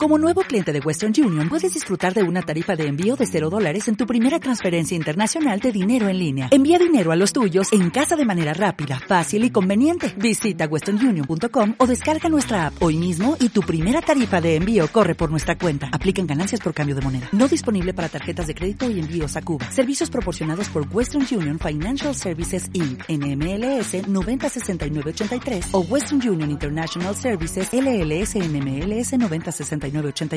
Como nuevo cliente de Western Union, puedes disfrutar de una tarifa de envío de $0 en tu primera transferencia internacional de dinero en línea. Envía dinero a los tuyos en casa de manera rápida, fácil y conveniente. Visita westernunion.com o descarga nuestra app hoy mismo y tu primera tarifa de envío corre por nuestra cuenta. Aplican ganancias por cambio de moneda. No disponible para tarjetas de crédito y envíos a Cuba. Servicios proporcionados por Western Union Financial Services Inc. NMLS 906983 o Western Union International Services LLS NMLS 906985.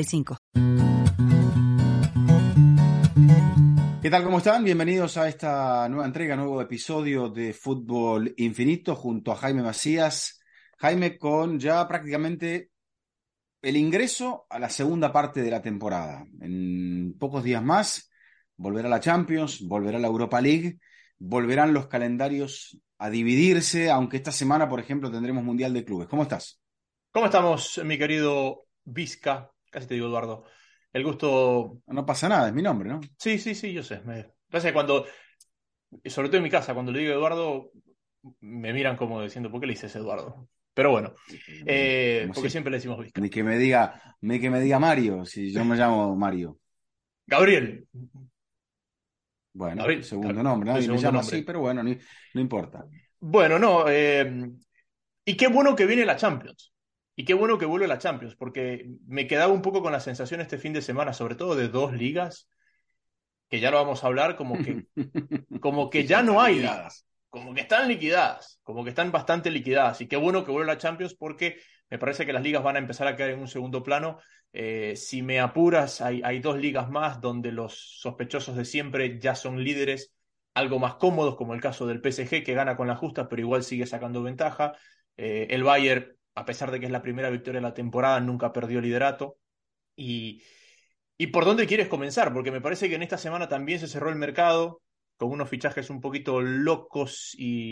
¿Qué tal? ¿Cómo están? Bienvenidos a esta nueva entrega, nuevo episodio de Fútbol Infinito junto a Jaime Macías. Jaime, con ya prácticamente el ingreso a la segunda parte de la temporada. En pocos días más volverá la Champions, volverá la Europa League, volverán los calendarios a dividirse, aunque esta semana, por ejemplo, tendremos Mundial de Clubes. ¿Cómo estás? ¿Cómo estamos, mi querido Vizca? Casi te digo Eduardo. El gusto... No pasa nada, es mi nombre, ¿no? Sí, yo sé. Pasa que cuando, sobre todo en mi casa, cuando le digo Eduardo, me miran como diciendo, ¿por qué le dices Eduardo? Pero bueno, porque siempre le decimos Vizca. Ni que me diga Mario, si yo me llamo Mario. Gabriel. Bueno, Gabriel, segundo nombre, nadie me llama así, pero bueno, no importa. Bueno, no, y qué bueno que viene la Champions. Y qué bueno que vuelve la Champions, porque me quedaba un poco con la sensación este fin de semana, sobre todo de dos ligas, que ya lo vamos a hablar, como que Sí, ya no hay liquidadas. ligas, como que están liquidadas, como que están bastante liquidadas. Y qué bueno que vuelve la Champions, porque me parece que las ligas van a empezar a quedar en un segundo plano. Si me apuras, hay dos ligas más donde los sospechosos de siempre ya son líderes, algo más cómodos, como el caso del PSG, que gana con la justa, pero igual sigue sacando ventaja. El Bayern, a pesar de que es la primera victoria de la temporada, nunca perdió liderato. Y, ¿Y por dónde quieres comenzar? Porque me parece que en esta semana también se cerró el mercado con unos fichajes un poquito locos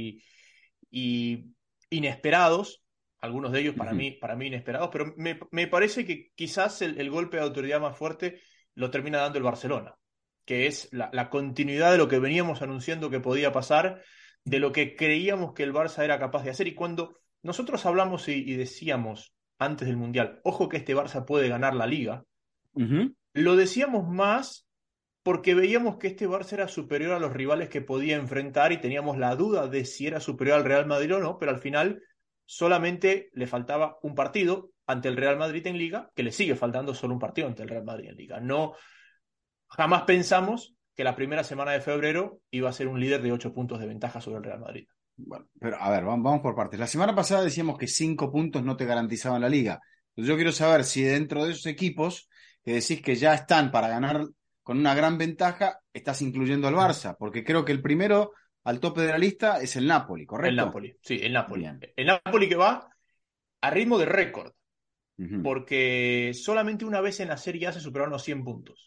y inesperados. Algunos de ellos para mí inesperados, pero me parece que quizás el golpe de autoridad más fuerte lo termina dando el Barcelona, que es la continuidad de lo que veníamos anunciando que podía pasar, de lo que creíamos que el Barça era capaz de hacer. Y cuando nosotros hablamos y decíamos antes del Mundial, ojo que este Barça puede ganar la Liga, lo decíamos más porque veíamos que este Barça era superior a los rivales que podía enfrentar y teníamos la duda de si era superior al Real Madrid o no, pero al final solamente le faltaba un partido ante el Real Madrid en Liga, que le sigue faltando solo un partido ante el Real Madrid en Liga. No, jamás pensamos que la primera semana de febrero iba a ser un líder de 8 puntos de ventaja sobre el Real Madrid. Bueno, pero a ver, vamos por partes. La semana pasada decíamos que 5 puntos no te garantizaban la liga. Entonces yo quiero saber si dentro de esos equipos que decís que ya están para ganar con una gran ventaja, estás incluyendo al Barça, porque creo que el primero al tope de la lista es el Napoli, ¿correcto? El Napoli, sí, el Napoli. Bien. El Napoli que va a ritmo de récord, Uh-huh. porque solamente una vez en la Serie A se superaron los 100 puntos.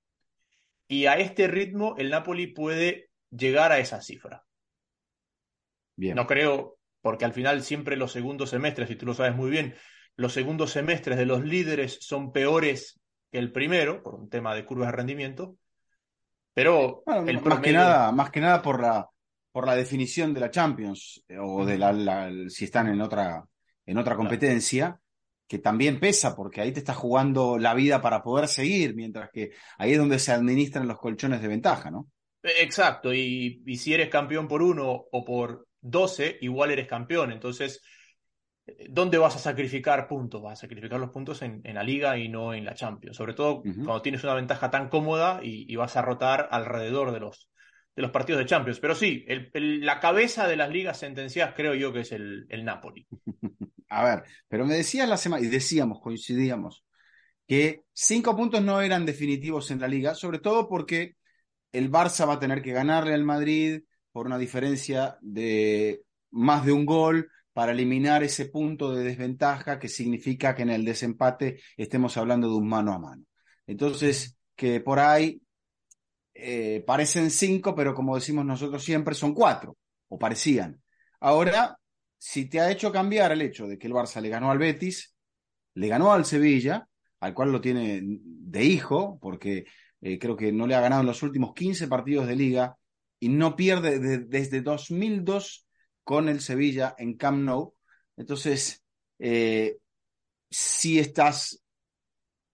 Y a este ritmo el Napoli puede llegar a esa cifra. Bien. No creo, porque al final siempre los segundos semestres, y tú lo sabes muy bien, los segundos semestres de los líderes son peores que el primero, por un tema de curvas de rendimiento, pero Bueno, el promedio... más que nada por la definición de la Champions, o de si están en otra Claro. competencia, que también pesa, porque ahí te estás jugando la vida para poder seguir, mientras que ahí es donde se administran los colchones de ventaja, ¿no? Exacto, y si eres campeón por 1 o por 12 igual eres campeón. Entonces, ¿dónde vas a sacrificar puntos? Vas a sacrificar los puntos en la Liga y no en la Champions. Sobre todo Uh-huh. cuando tienes una ventaja tan cómoda y vas a rotar alrededor de los partidos de Champions. Pero sí, la cabeza de las ligas sentenciadas creo yo que es el Napoli. A ver, pero me decías la semana, y decíamos, coincidíamos, que 5 puntos no eran definitivos en la liga, sobre todo porque el Barça va a tener que ganarle al Madrid por una diferencia de más de un gol para eliminar ese punto de desventaja que significa que en el desempate estemos hablando de un mano a mano. Entonces, que por ahí parecen 5, pero como decimos nosotros siempre, son 4, o parecían. Ahora, si te ha hecho cambiar el hecho de que el Barça le ganó al Betis, le ganó al Sevilla, al cual lo tiene de hijo, porque creo que no le ha ganado en los últimos 15 partidos de liga y no pierde desde 2002 con el Sevilla en Camp Nou. Entonces, sí estás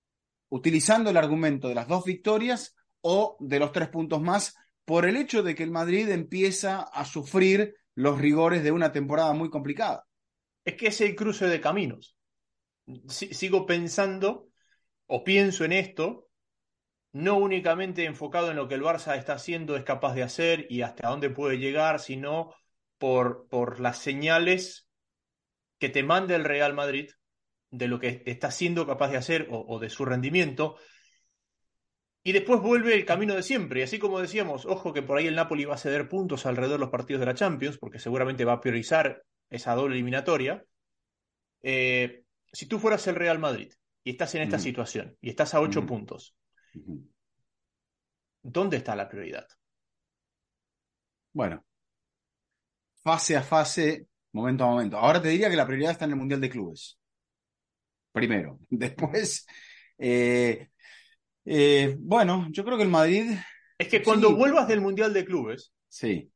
utilizando el argumento de las 2 victorias o de los 3 puntos más, por el hecho de que el Madrid empieza a sufrir los rigores de una temporada muy complicada. Es que es el cruce de caminos. Sigo pensando, o pienso en esto, no únicamente enfocado en lo que el Barça está haciendo, es capaz de hacer y hasta dónde puede llegar, sino por las señales que te manda el Real Madrid de lo que está siendo capaz de hacer o de su rendimiento. Y después vuelve el camino de siempre. Y así como decíamos, ojo que por ahí el Napoli va a ceder puntos alrededor de los partidos de la Champions, porque seguramente va a priorizar esa doble eliminatoria. Si tú fueras el Real Madrid y estás en esta situación y estás a 8 puntos, ¿dónde está la prioridad? Bueno, fase a fase, momento a momento. Ahora te diría que la prioridad está en el Mundial de Clubes. Primero. Después, bueno, yo creo que el Madrid... Es que cuando sí, vuelvas del Mundial de Clubes, sí.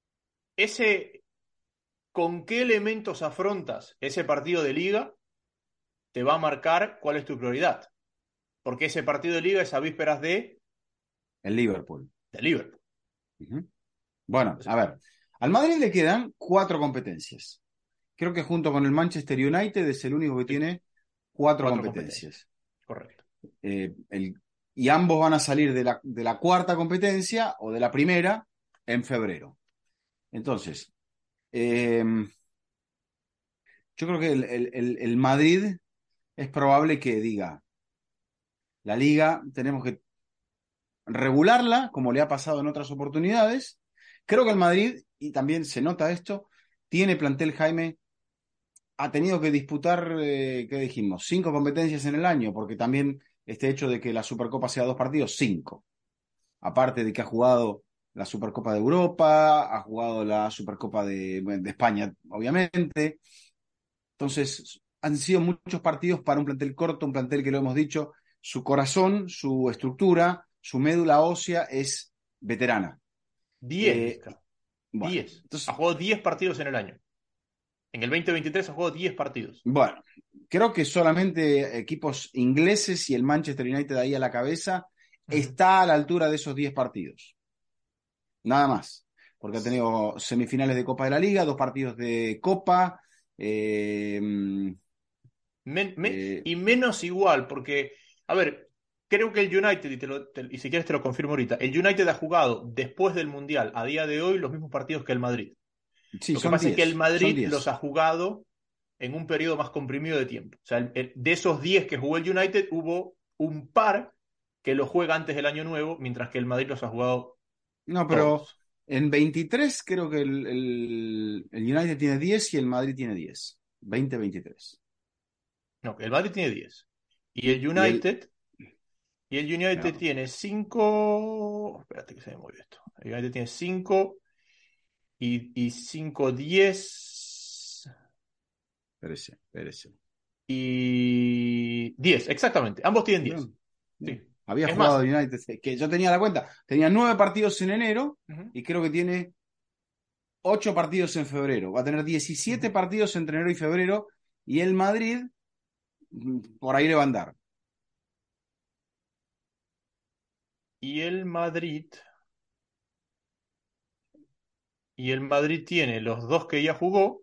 ¿con qué elementos afrontas ese partido de Liga? Te va a marcar cuál es tu prioridad. Porque ese partido de Liga es a vísperas El Liverpool. de Liverpool. Bueno, a ver. Al Madrid le quedan 4 competencias. Creo que junto con el Manchester United es el único que tiene 4 competencias. Correcto. Y ambos van a salir de la 4ª competencia o de la primera en febrero. Entonces, yo creo que el Madrid es probable que diga, la Liga tenemos que regularla, como le ha pasado en otras oportunidades. Creo que el Madrid, y también se nota esto, tiene plantel, Jaime, ha tenido que disputar, ¿qué dijimos? 5 competencias en el año, porque también este hecho de que la Supercopa sea 2 partidos, 5. Aparte de que ha jugado la Supercopa de Europa, ha jugado la Supercopa de España, obviamente. Entonces, han sido muchos partidos para un plantel corto, un plantel que lo hemos dicho, su corazón, su estructura, su médula ósea es veterana. 10. Bueno, 10. entonces, Ha jugado 10 partidos en el año. En el 2023 ha jugado 10 partidos. Bueno, creo que solamente equipos ingleses y el Manchester United ahí a la cabeza está a la altura de esos 10 partidos. Nada más. Porque ha tenido semifinales de Copa de la Liga, 2 partidos de Copa. Y menos igual, porque, a ver, creo que el United, y si quieres te lo confirmo ahorita, el United ha jugado después del Mundial, a día de hoy, los mismos partidos que el Madrid. Sí, Lo que pasa 10, es que el Madrid 10. los ha jugado en un periodo más comprimido de tiempo. O sea, de esos 10 que jugó el United, hubo un par que lo juega antes del Año Nuevo, mientras que el Madrid los ha jugado No, pero todos. en 23 creo que el United tiene 10 y el Madrid tiene 10. 20-23. No, el Madrid tiene 10. Y el Y el, United, no, tiene 5. Espérate que se me movió esto. El United tiene 5 y 5, 10. Espérese. Y 10, exactamente. Ambos tienen 10. Bien. Sí. Había Es jugado más. United, que yo tenía la cuenta. Tenía 9 partidos en enero y creo que tiene 8 partidos en febrero. Va a tener 17 partidos entre enero y febrero y el Madrid por ahí le va a andar. Y el Madrid. Y el Madrid tiene los 2 que ya jugó.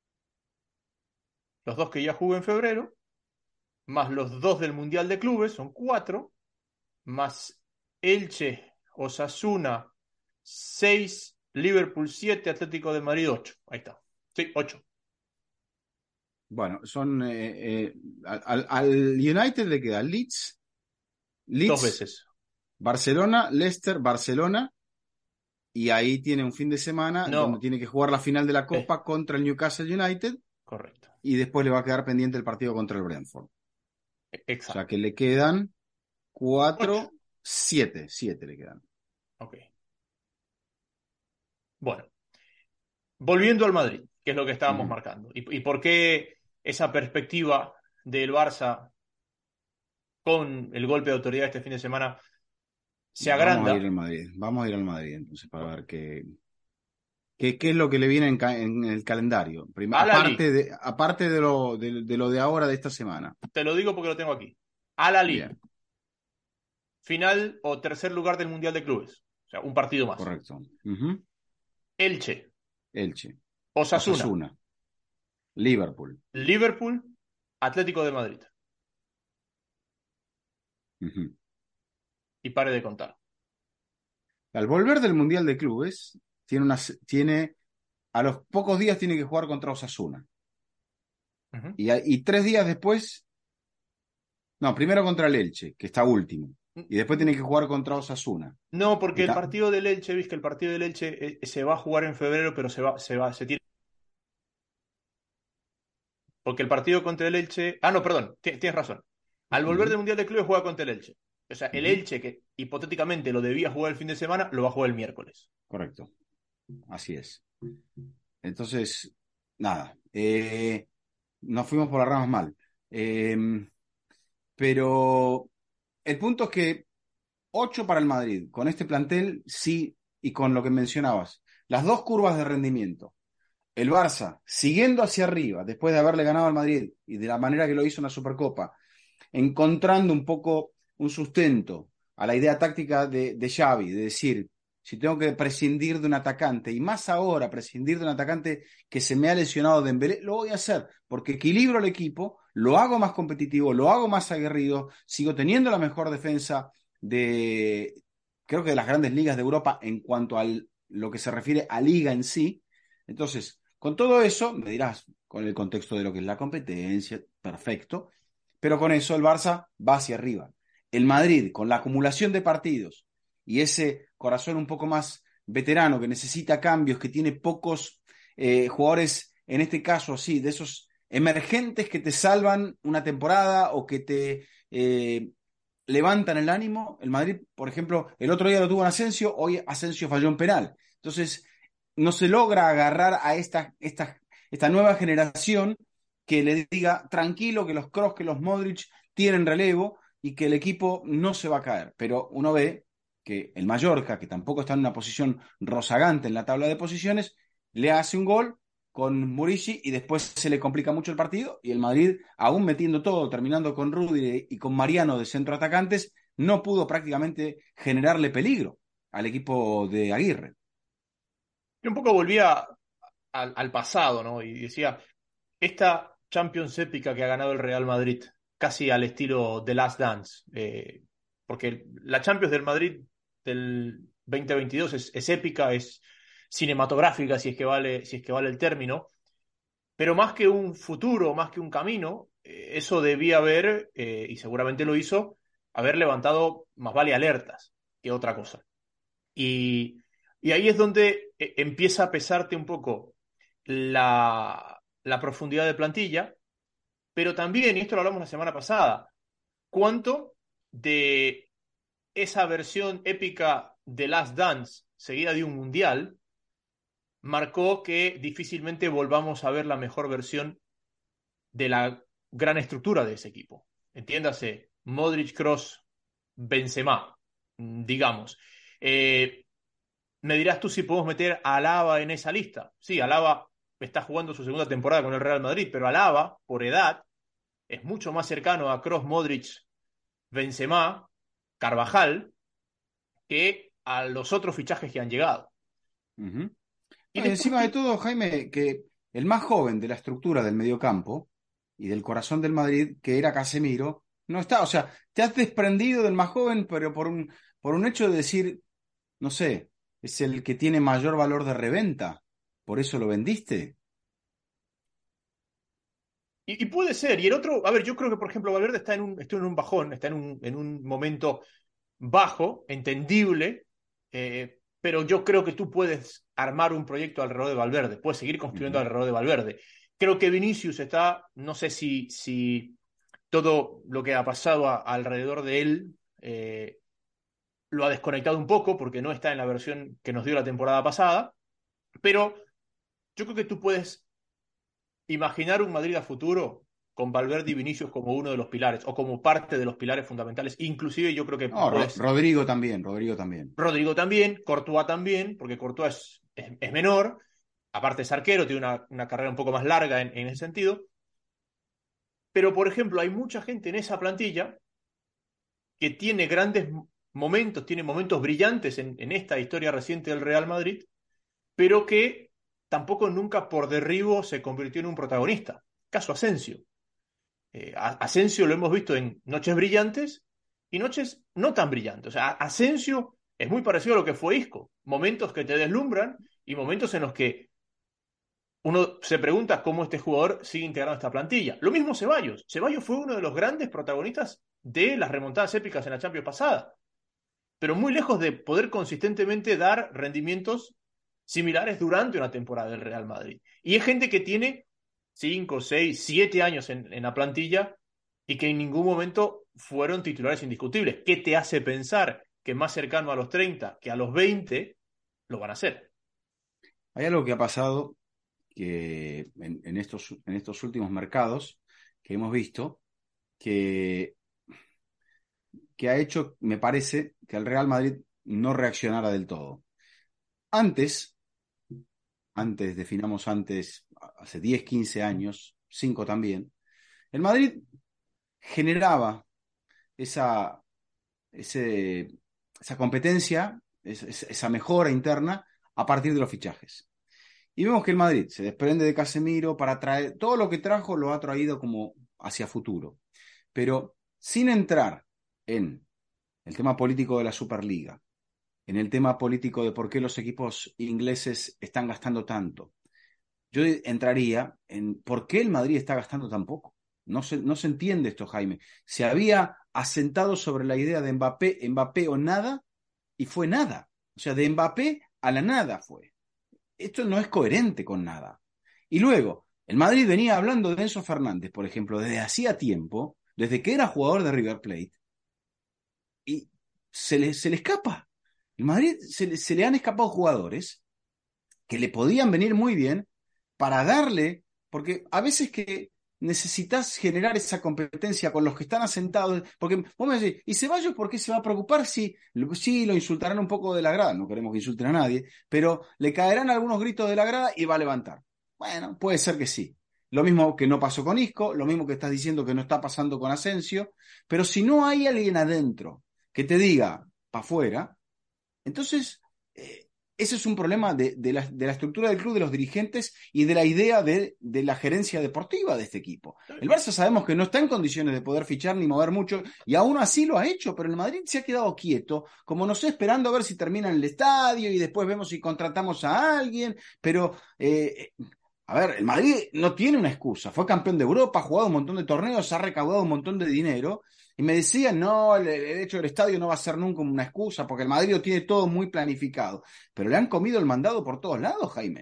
Los 2 que ya jugó en febrero. Más los 2 del Mundial de Clubes. Son 4. Más Elche, Osasuna, 6. Liverpool 7, Atlético de Madrid 8. Ahí está. Sí, 8. Bueno, son al United le queda 2 Leeds, veces. Barcelona, Leicester, Barcelona, y ahí tiene un fin de semana donde No. tiene que jugar la final de la Copa contra el Newcastle United Correcto. y después le va a quedar pendiente el partido contra el Brentford. Exacto. O sea que le quedan 4, 8. 7 le quedan. Ok. Bueno, volviendo al Madrid, que es lo que estábamos marcando. ¿Y por qué esa perspectiva del Barça con el golpe de autoridad este fin de semana se Vamos a ir agranda? al Madrid. Vamos a ir al Madrid entonces para ver qué es lo que le viene en el calendario. A la Liga. Aparte de lo de ahora, de esta semana. Te lo digo porque lo tengo aquí. A la Liga. Bien. final o tercer lugar del Mundial de Clubes. O sea, un partido más. Correcto. Ujú. Elche, Elche, Osasuna, Osasuna, Liverpool. Liverpool, Atlético de Madrid. Ujú. Y pare de contar. Al volver del Mundial de Clubes, tiene a los pocos días tiene que jugar contra Osasuna. Ujú. Y 3 días después, no, primero contra el Elche, que está último. Y después tiene que jugar contra Osasuna. No, porque que el ta- partido del Elche, viste que el partido del Elche se va a jugar en febrero, pero se tiene. Porque el partido contra el Elche. Ah, no, perdón, tienes razón. Al volver Ujú, del Mundial de Clubes juega contra el Elche. O sea, el ujú. Elche, que hipotéticamente lo debía jugar el fin de semana, lo va a jugar el miércoles. Correcto, así es. Entonces, nada, nos fuimos por las ramas mal. Eh, pero el punto es que 8 para el Madrid, con este plantel, sí, y con lo que mencionabas, las dos curvas de rendimiento. El Barça siguiendo hacia arriba, después de haberle ganado al Madrid y de la manera que lo hizo en la Supercopa, encontrando un poco un sustento a la idea táctica de Xavi, de decir, si tengo que prescindir de un atacante, y más ahora prescindir de un atacante que se me ha lesionado Dembélé, lo voy a hacer, porque equilibro el equipo, lo hago más competitivo, lo hago más aguerrido, sigo teniendo la mejor defensa de, creo que de las grandes ligas de Europa en cuanto a lo que se refiere a liga en sí. Entonces, con todo eso, me dirás, con el contexto de lo que es la competencia, perfecto, pero con eso el Barça va hacia arriba. El Madrid, con la acumulación de partidos y ese corazón un poco más veterano que necesita cambios, que tiene pocos jugadores, en este caso así, de esos emergentes que te salvan una temporada o que te levantan el ánimo. El Madrid, por ejemplo, el otro día lo tuvo en Asensio, hoy Asensio falló en penal. Entonces, no se logra agarrar a esta nueva generación que le diga tranquilo que los Kroos, que los Modric tienen relevo y que el equipo no se va a caer. Pero uno ve que el Mallorca, que tampoco está en una posición rozagante en la tabla de posiciones, le hace un gol con Murici y después se le complica mucho el partido y el Madrid, aún metiendo todo, terminando con Rudy y con Mariano de centro atacantes, no pudo prácticamente generarle peligro al equipo de Aguirre. Yo un poco volvía al pasado, ¿no? Y decía, esta Champions épica que ha ganado el Real Madrid, casi al estilo The Last Dance, porque la Champions del Madrid del 2022 es épica, es cinematográfica, si es que vale el término, pero más que un futuro, más que un camino, eso debía haber, y seguramente lo hizo, haber levantado más vale alertas que otra cosa. Y, y ahí es donde empieza a pesarte un poco la profundidad de plantilla, pero también, y esto lo hablamos la semana pasada, cuánto de esa versión épica de Last Dance, seguida de un mundial, marcó que difícilmente volvamos a ver la mejor versión de la gran estructura de ese equipo. Entiéndase, Modric, Kroos, Benzema, digamos. Me dirás tú si podemos meter a Alaba en esa lista. Sí, Alaba está jugando su segunda temporada con el Real Madrid, pero Alaba, por edad, es mucho más cercano a Kroos, Modric, Benzema, Carvajal, que a los otros fichajes que han llegado. Uh-huh. Y No, y después, encima de todo, Jaime, que el más joven de la estructura del mediocampo y del corazón del Madrid, que era Casemiro, no está. O sea, te has desprendido del más joven, pero por un hecho de decir, no sé, es el que tiene mayor valor de reventa. ¿Por eso lo vendiste? y puede ser. Y el otro, a ver, yo creo que, por ejemplo, Valverde está en un bajón, está en un momento bajo, entendible, pero yo creo que tú puedes armar un proyecto alrededor de Valverde, puedes seguir construyendo Ujú. alrededor de Valverde. Creo que Vinicius está, no sé si todo lo que ha pasado alrededor de él lo ha desconectado un poco porque no está en la versión que nos dio la temporada pasada, pero yo creo que tú puedes imaginar un Madrid a futuro con Valverde y Vinicius como uno de los pilares o como parte de los pilares fundamentales. Inclusive yo creo que No, puedes. Rodrigo también, Rodrigo también. Rodrigo también, Courtois también, porque Courtois es menor, aparte es arquero, tiene una carrera un poco más larga en ese sentido. Pero, por ejemplo, hay mucha gente en esa plantilla que tiene grandes momentos, tiene momentos brillantes en esta historia reciente del Real Madrid, pero que tampoco nunca por derribo se convirtió en un protagonista. Caso Asensio. Asensio lo hemos visto en noches brillantes y noches no tan brillantes. O sea, Asensio es muy parecido a lo que fue Isco. Momentos que te deslumbran y momentos en los que uno se pregunta cómo este jugador sigue integrado a esta plantilla. Lo mismo Ceballos. Ceballos fue uno de los grandes protagonistas de las remontadas épicas en la Champions pasada, pero muy lejos de poder consistentemente dar rendimientos similares durante una temporada del Real Madrid. Y es gente que tiene 5, 6, 7 años en la plantilla y que en ningún momento fueron titulares indiscutibles. ¿Qué te hace pensar que más cercano a los 30 que a los 20 lo van a hacer? Hay algo que ha pasado que en estos últimos mercados que hemos visto que ha hecho, me parece, que el Real Madrid no reaccionara del todo. Antes, definamos antes, hace 10, 15 años, 5 también, el Madrid generaba esa competencia, esa mejora interna a partir de los fichajes. Y vemos que el Madrid se desprende de Casemiro para traer, todo lo que trajo lo ha traído como hacia futuro, pero sin entrar en el tema político de la Superliga, en el tema político de por qué los equipos ingleses están gastando tanto. Yo entraría en por qué el Madrid está gastando tan poco. No se entiende esto, Jaime. Se había asentado sobre la idea de Mbappé o nada, y fue nada. O sea, de Mbappé a la nada fue. Esto no es coherente con nada. Y luego, el Madrid venía hablando de Enzo Fernández, por ejemplo, desde hacía tiempo, desde que era jugador de River Plate, y se le escapa. El Madrid se le han escapado jugadores que le podían venir muy bien para darle, porque a veces que necesitas generar esa competencia con los que están asentados, porque vos me decís, ¿y Ceballos por qué se va a preocupar si sí lo insultarán un poco de la grada? No queremos que insulten a nadie, pero le caerán algunos gritos de la grada y va a levantar. Bueno, puede ser que sí. Lo mismo que no pasó con Isco, lo mismo que estás diciendo que no está pasando con Asensio, pero si no hay alguien adentro que te diga para afuera, entonces ese es un problema de la estructura del club, de los dirigentes y de la idea de la gerencia deportiva de este equipo. El Barça sabemos que no está en condiciones de poder fichar ni mover mucho, y aún así lo ha hecho, pero el Madrid se ha quedado quieto, como no sé, esperando a ver si termina en el estadio y después vemos si contratamos a alguien, pero a ver, el Madrid no tiene una excusa. Fue campeón de Europa, ha jugado un montón de torneos, ha recaudado un montón de dinero. Y me decían, no, el hecho del estadio no va a ser nunca una excusa, porque el Madrid lo tiene todo muy planificado. Pero le han comido el mandado por todos lados, Jaime.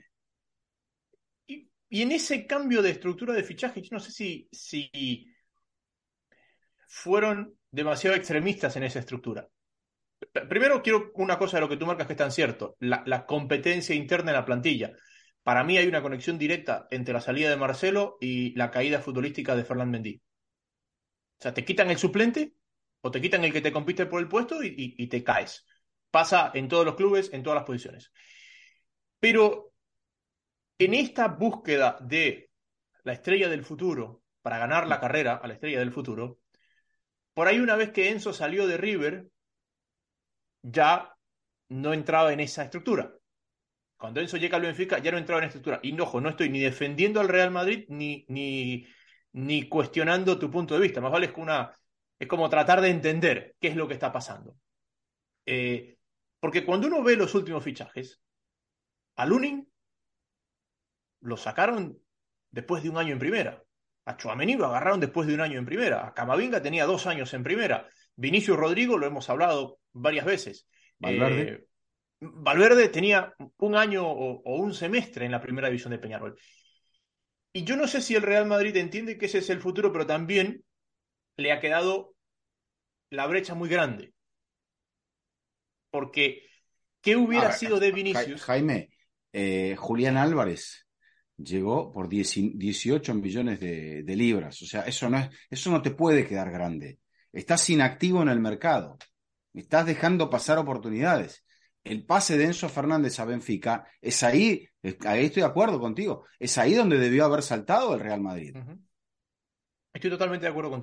Y en ese cambio de estructura de fichaje, yo no sé si fueron demasiado extremistas en esa estructura. Primero quiero una cosa de lo que tú marcas que es tan cierto, la competencia interna en la plantilla. Para mí hay una conexión directa entre la salida de Marcelo y la caída futbolística de Ferland Mendy. O sea, te quitan el suplente o te quitan el que te compite por el puesto y te caes. Pasa en todos los clubes, en todas las posiciones. Pero en esta búsqueda de la estrella del futuro, para ganar la carrera a la estrella del futuro, por ahí una vez que Enzo salió de River, ya no entraba en esa estructura. Cuando Enzo llega al Benfica, ya no entraba en esa estructura. Y ojo, no estoy ni defendiendo al Real Madrid ni cuestionando tu punto de vista. Más vale es como tratar de entender qué es lo que está pasando. Porque cuando uno ve los últimos fichajes, a Lunin lo sacaron después de un año en primera. A Tchouaméni lo agarraron después de un año en primera. A Camavinga tenía 2 años en primera. Vinicius Rodrigo, lo hemos hablado varias veces. Valverde. Valverde tenía un año o un semestre en la primera división de Peñarol. Y yo no sé si el Real Madrid entiende que ese es el futuro, pero también le ha quedado la brecha muy grande. Porque, ¿qué hubiera sido de Vinicius? Jaime, Julián Álvarez llegó por 18 millones de libras. O sea, eso no te puede quedar grande. Estás inactivo en el mercado. Estás dejando pasar oportunidades. El pase de Enzo Fernández a Benfica es ahí estoy de acuerdo contigo, es ahí donde debió haber saltado el Real Madrid. Estoy totalmente de acuerdo contigo.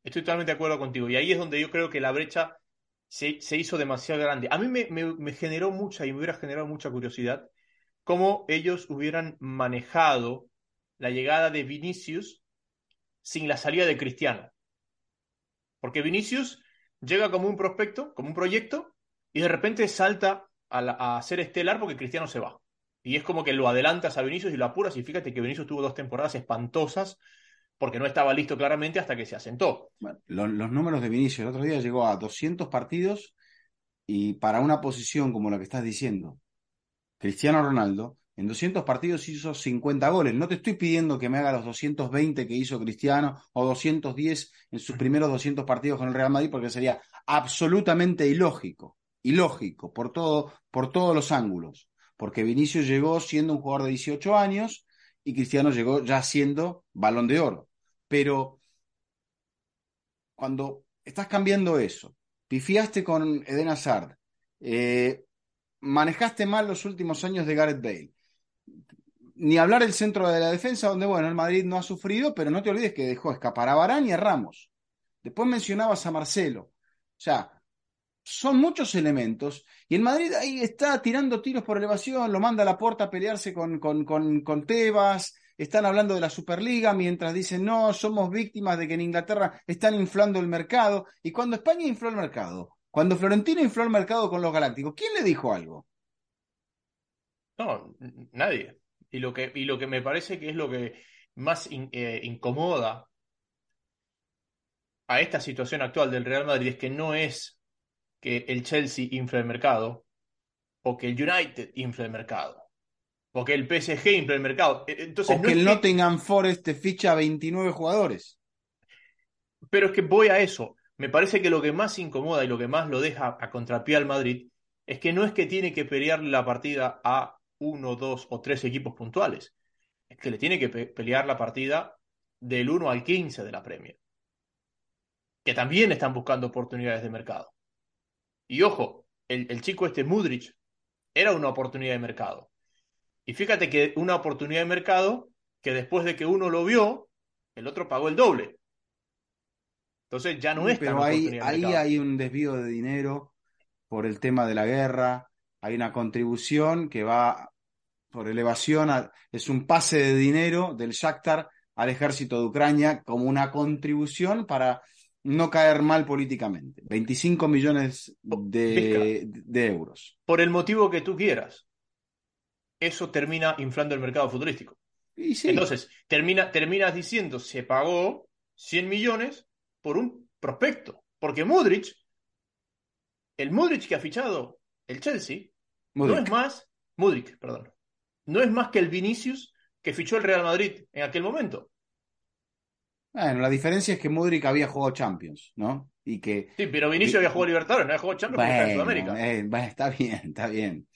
Estoy totalmente de acuerdo contigo. Y ahí es donde yo creo que la brecha se hizo demasiado grande. A mí me generó mucha y me hubiera generado mucha curiosidad cómo ellos hubieran manejado la llegada de Vinicius sin la salida de Cristiano. Porque Vinicius llega como un prospecto, como un proyecto, y de repente salta a ser estelar porque Cristiano se va. Y es como que lo adelantas a Vinicius y lo apuras. Y fíjate que Vinicius tuvo 2 temporadas espantosas porque no estaba listo claramente hasta que se asentó. Bueno, los números de Vinicius, el otro día llegó a 200 partidos y para una posición como la que estás diciendo, Cristiano Ronaldo, en 200 partidos hizo 50 goles. No te estoy pidiendo que me haga los 220 que hizo Cristiano o 210 en sus primeros 200 partidos con el Real Madrid, porque sería absolutamente ilógico por todos los ángulos. Porque Vinicius llegó siendo un jugador de 18 años y Cristiano llegó ya siendo Balón de Oro. Pero cuando estás cambiando eso, pifiaste con Eden Hazard, manejaste mal los últimos años de Gareth Bale. Ni hablar el centro de la defensa, donde, bueno, el Madrid no ha sufrido, pero no te olvides que dejó escapar a Varane y a Ramos. Después mencionabas a Marcelo. O sea, son muchos elementos. Y el Madrid ahí está tirando tiros por elevación, lo manda a la puerta a pelearse con Tebas. Están hablando de la Superliga mientras dicen, no, somos víctimas de que en Inglaterra están inflando el mercado. Y cuando España infló el mercado, cuando Florentino infló el mercado con los Galácticos, ¿quién le dijo algo? No, nadie. Y lo que me parece que es lo que más incomoda a esta situación actual del Real Madrid es que no es que el Chelsea infla el mercado o que el United infla el mercado o que el PSG infla el mercado. Entonces O no que es el que, Nottingham Forest te ficha a 29 jugadores. pero es que voy a eso. Me parece que lo que más incomoda y lo que más lo deja a contrapié al Madrid es que no es que tiene que pelear la partida a uno, dos o tres equipos puntuales. Es que le tiene que pelear la partida del 1 al 15 de la Premier, que también están buscando oportunidades de mercado. Y ojo, el chico este Mudryk era una oportunidad de mercado. Y fíjate que una oportunidad de mercado que después de que uno lo vio, el otro pagó el doble. Entonces ya no es tan Pero ahí, oportunidad de ahí mercado. hay un desvío de dinero por el tema de la guerra, hay una contribución que va por elevación, es un pase de dinero del Shakhtar al ejército de Ucrania como una contribución para no caer mal políticamente. 25 millones Vizca, de euros. por el motivo que tú quieras, eso termina inflando el mercado futbolístico. Y sí, Entonces, terminas diciendo, se pagó 100 millones por un prospecto. Porque el Mudryk que ha fichado el Chelsea, no es Mudrik. más, Mudryk, perdón, no es más que el Vinicius que fichó el Real Madrid en aquel momento. Bueno, la diferencia es que Mudrik había jugado Champions, ¿no? Y que, Sí, pero Vinicius vi- había jugado Libertadores, no había jugado Champions porque estaba en bueno, Sudamérica. está bien, está bien.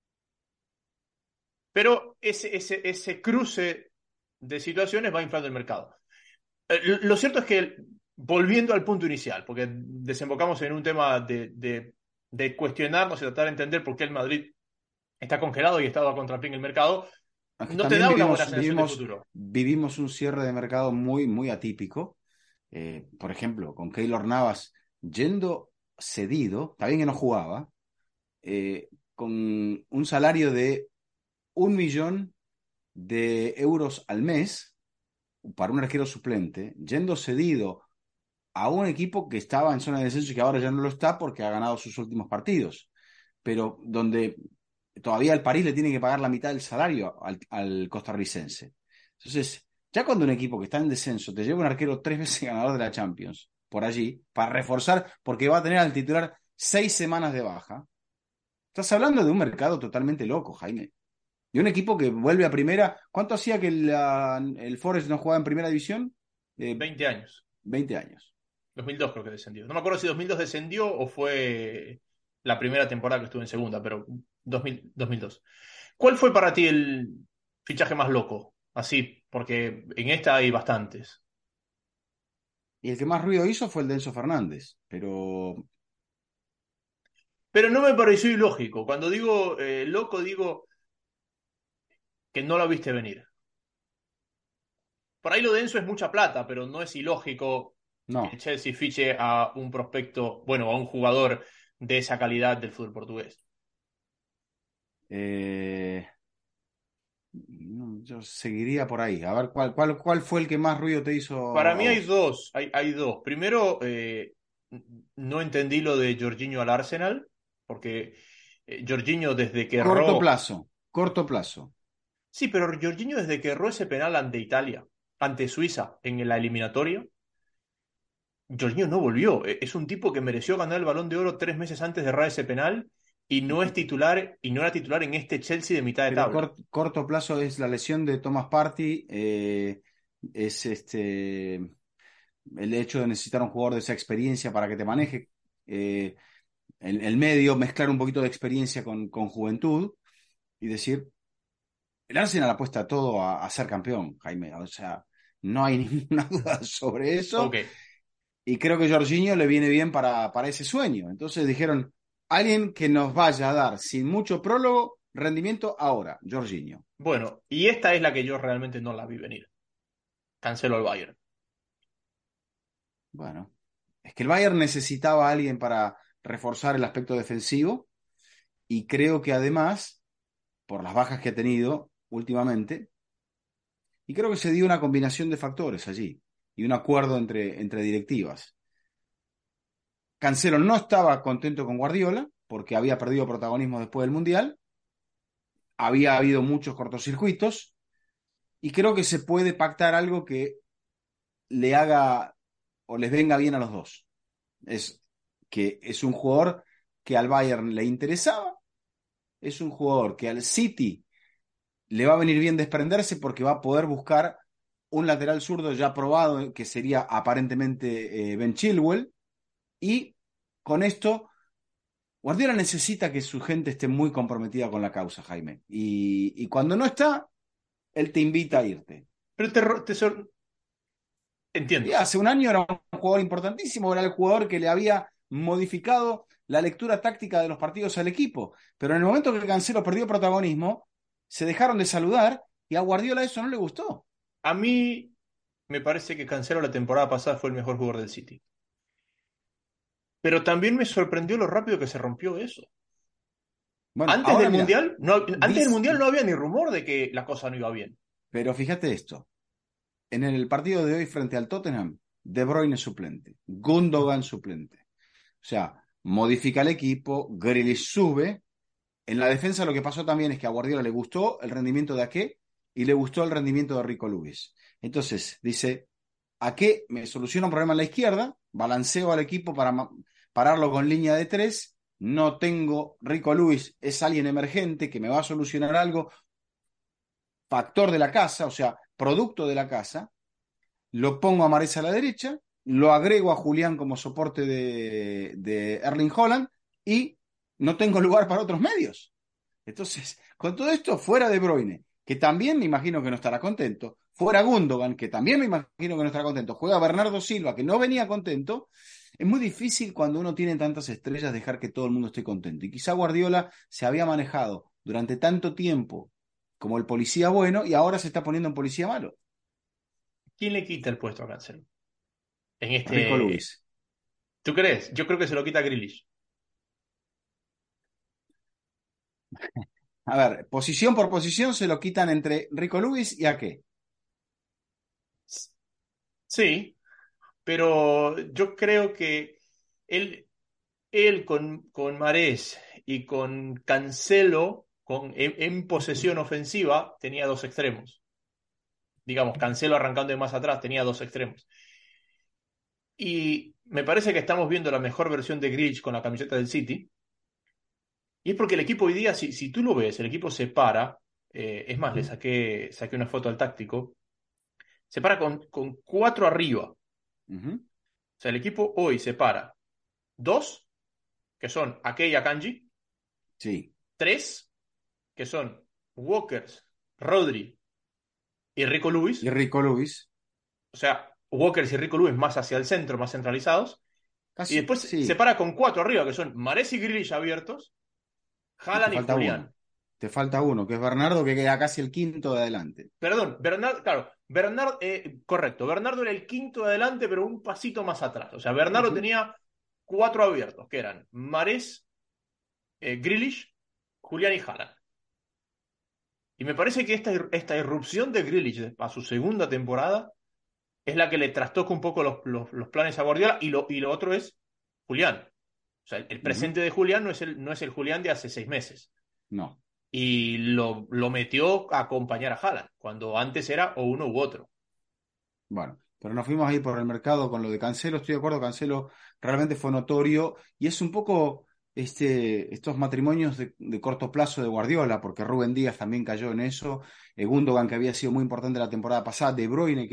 Pero ese cruce de situaciones va inflando el mercado. Lo cierto es que, volviendo al punto inicial, porque desembocamos en un tema de cuestionarnos y tratar de entender por qué el Madrid está congelado y estado a contrapié en el mercado, Es que no te también da una buena sensación de futuro. vivimos un cierre de mercado muy atípico. Por ejemplo, con Keylor Navas yendo cedido, está bien que no jugaba, con un salario de 1 millón de euros al mes para un arquero suplente, yendo cedido a un equipo que estaba en zona de descenso y que ahora ya no lo está porque ha ganado sus últimos partidos, pero donde todavía el París le tiene que pagar la mitad del salario al costarricense. Entonces, ya cuando un equipo que está en descenso te lleva un arquero 3 veces ganador de la Champions por allí, para reforzar, porque va a tener al titular 6 semanas de baja, estás hablando de un mercado totalmente loco, Jaime. Y un equipo que vuelve a primera. ¿Cuánto hacía que el Forest no jugaba en primera división? 20 años. 20 años. 2002 creo que descendió. No me acuerdo si 2002 descendió o fue la primera temporada que estuvo en segunda, pero 2002. ¿Cuál fue para ti el fichaje más loco? Así, porque en esta hay bastantes. Y el que más ruido hizo fue el de Enzo Fernández. Pero Pero no me pareció ilógico. Cuando digo loco, digo que no lo viste venir. Por ahí lo denso es mucha plata, pero no es ilógico No. que el Chelsea fiche a un prospecto, bueno, a un jugador de esa calidad del fútbol portugués. Eh, no, yo seguiría por ahí. A ver, ¿cuál fue el que más ruido te hizo Para a mí hay vos? dos, hay dos. Primero, no entendí lo de Jorginho al Arsenal, porque Jorginho desde que Corto erró, plazo, corto plazo. sí, pero Jorginho desde que erró ese penal ante Italia, ante Suiza en la eliminatoria, Jorginho no volvió. Es un tipo que mereció ganar el Balón de Oro 3 meses antes de errar ese penal y no es titular y no era titular en este Chelsea de mitad de Pero tabla. corto plazo es la lesión de Thomas Partey, es el hecho de necesitar un jugador de esa experiencia para que te maneje eh, el medio, mezclar un poquito de experiencia con juventud y decir, el Arsenal apuesta todo a ser campeón, Jaime. O sea, no hay ninguna duda sobre eso. Ok, Y creo que Jorginho le viene bien para ese sueño. Entonces dijeron, alguien que nos vaya a dar sin mucho prólogo rendimiento ahora, Jorginho. bueno, y esta es la que yo realmente no la vi venir. Cancelo al Bayern. Bueno, es que el Bayern necesitaba a alguien para reforzar el aspecto defensivo y creo que además, por las bajas que ha tenido últimamente, y creo que se dio una combinación de factores allí y un acuerdo entre directivas. Cancelo no estaba contento con Guardiola porque había perdido protagonismo después del Mundial, había habido muchos cortocircuitos y creo que se puede pactar algo que le haga o les venga bien a los dos. Es que es un jugador que al Bayern le interesaba, es un jugador que al City le va a venir bien desprenderse porque va a poder buscar un lateral zurdo ya probado, que sería aparentemente Ben Chilwell, y con esto Guardiola necesita que su gente esté muy comprometida con la causa, Jaime, y cuando no está, él te invita a irte. Pero Y entiendo. hace un año era un jugador importantísimo, era el jugador que le había modificado la lectura táctica de los partidos al equipo. Pero en el momento que Cancelo perdió protagonismo, se dejaron de saludar y a Guardiola eso no le gustó. A mí me parece que Cancelo la temporada pasada fue el mejor jugador del City. Pero también me sorprendió lo rápido que se rompió eso. Bueno, ahora mira, Antes del dice, Mundial no había ni rumor de que la cosa no iba bien. pero fíjate esto, en el partido de hoy frente al Tottenham, De Bruyne suplente, Gundogan suplente. O sea, modifica el equipo, Grealish sube. En la defensa lo que pasó también es que a Guardiola le gustó el rendimiento de Ake y le gustó el rendimiento de Rico Lewis. Entonces, dice, Ake me soluciona un problema en la izquierda, balanceo al equipo para pararlo con línea de tres, no tengo Rico Lewis, es alguien emergente que me va a solucionar algo, factor de la casa, o sea, producto de la casa, lo pongo a Mahrez a la derecha, lo agrego a Julián como soporte de Erling Haaland y no tengo lugar para otros medios. Entonces, con todo esto, fuera De Bruyne, que también me imagino que no estará contento, fuera Gundogan, que también me imagino que no estará contento, juega Bernardo Silva, que no venía contento, es muy difícil cuando uno tiene tantas estrellas dejar que todo el mundo esté contento. Y quizá Guardiola se había manejado durante tanto tiempo como el policía bueno y ahora se está poniendo en policía malo. ¿Quién le quita el puesto a Cancelo? En Rico este. Lewis. ¿Tú crees? Yo creo que se lo quita Grealish. A ver, posición por posición se lo quitan entre Rico Lewis y Ake. Sí, pero yo creo que él, él con Mahrez y con Cancelo en posesión ofensiva tenía dos extremos. Digamos, Cancelo arrancando de más atrás tenía dos extremos. Y me parece que estamos viendo la mejor versión de Grealish con la camiseta del City. Y es porque el equipo hoy día, si tú lo ves, el equipo se para. Es más, saqué una foto al táctico. Se para con cuatro arriba. O Ujú. sea, el equipo hoy se para. Dos, que son Ake y Akanji. Sí. Tres, que son Walkers, Rodri y Rico Y Lewis. Rico Lewis. O sea, Walkers y Rico Lewis más hacia el centro, más centralizados. Y Casi, después se sí. para con cuatro arriba, que son Mahrez y Grealish abiertos, Y te Haaland y falta uno. Julián. Te falta uno, que es Bernardo, que queda casi el quinto de adelante. Perdón, Bernardo, claro, Bernardo, correcto, Bernardo era el quinto de adelante, pero un pasito más atrás. O sea, Bernardo Ujú. tenía 4 abiertos, que eran Mahrez, Grealish, Julián y Haaland. Y me parece que esta irrupción de Grealish a su segunda temporada es la que le trastoca un poco los planes a Guardiola, y lo otro es Julián. O sea, el Ujú. presente de Julián no es el Julián de hace 6 meses. No. Y lo metió a acompañar a Haaland, cuando antes era o uno u otro. Bueno, pero nos fuimos ahí por el mercado con lo de Cancelo. Estoy de acuerdo, Cancelo realmente fue notorio y es un poco estos matrimonios de corto plazo de Guardiola, porque Rubén Díaz también cayó en eso, Gundogan, que había sido muy importante la temporada pasada, De Bruyne,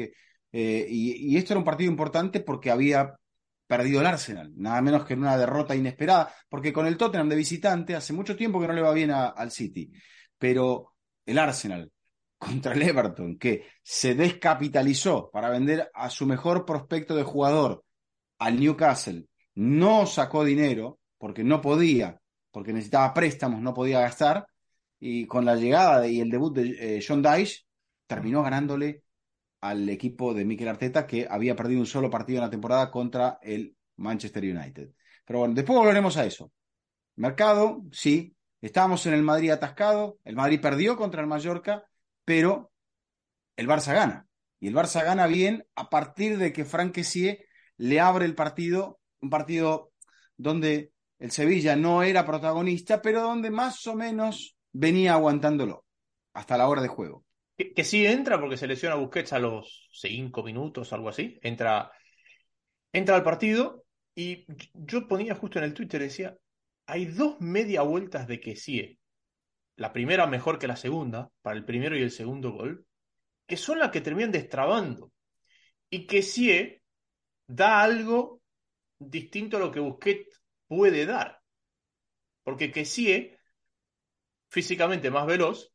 y esto era un partido importante porque había perdido el Arsenal, nada menos que en una derrota inesperada, porque con el Tottenham de visitante hace mucho tiempo que no le va bien al City, pero el Arsenal contra el Everton, que se descapitalizó para vender a su mejor prospecto de jugador al Newcastle, no sacó dinero porque no podía, porque necesitaba préstamos, no podía gastar, y con la llegada y el debut de John Dyche, terminó ganándole al equipo de Mikel Arteta, que había perdido un solo partido en la temporada contra el Manchester United. Pero bueno, después volveremos a eso. Mercado, sí, estábamos en el Madrid atascado, el Madrid perdió contra el Mallorca, pero el Barça gana. Y el Barça gana bien a partir de que Franck Kessié le abre el partido, un partido donde el Sevilla no era protagonista, pero donde más o menos venía aguantándolo hasta la hora de juego. Que sí entra porque se lesiona Busquets a los 5 minutos, algo así. Entra al partido y yo ponía justo en el Twitter, decía, hay 2 media vueltas de Kessie. La primera mejor que la segunda, para el primero y el segundo gol, que son las que terminan destrabando. Y Kessie da algo distinto a lo que Busquets puede dar. Porque Kessie, físicamente más veloz,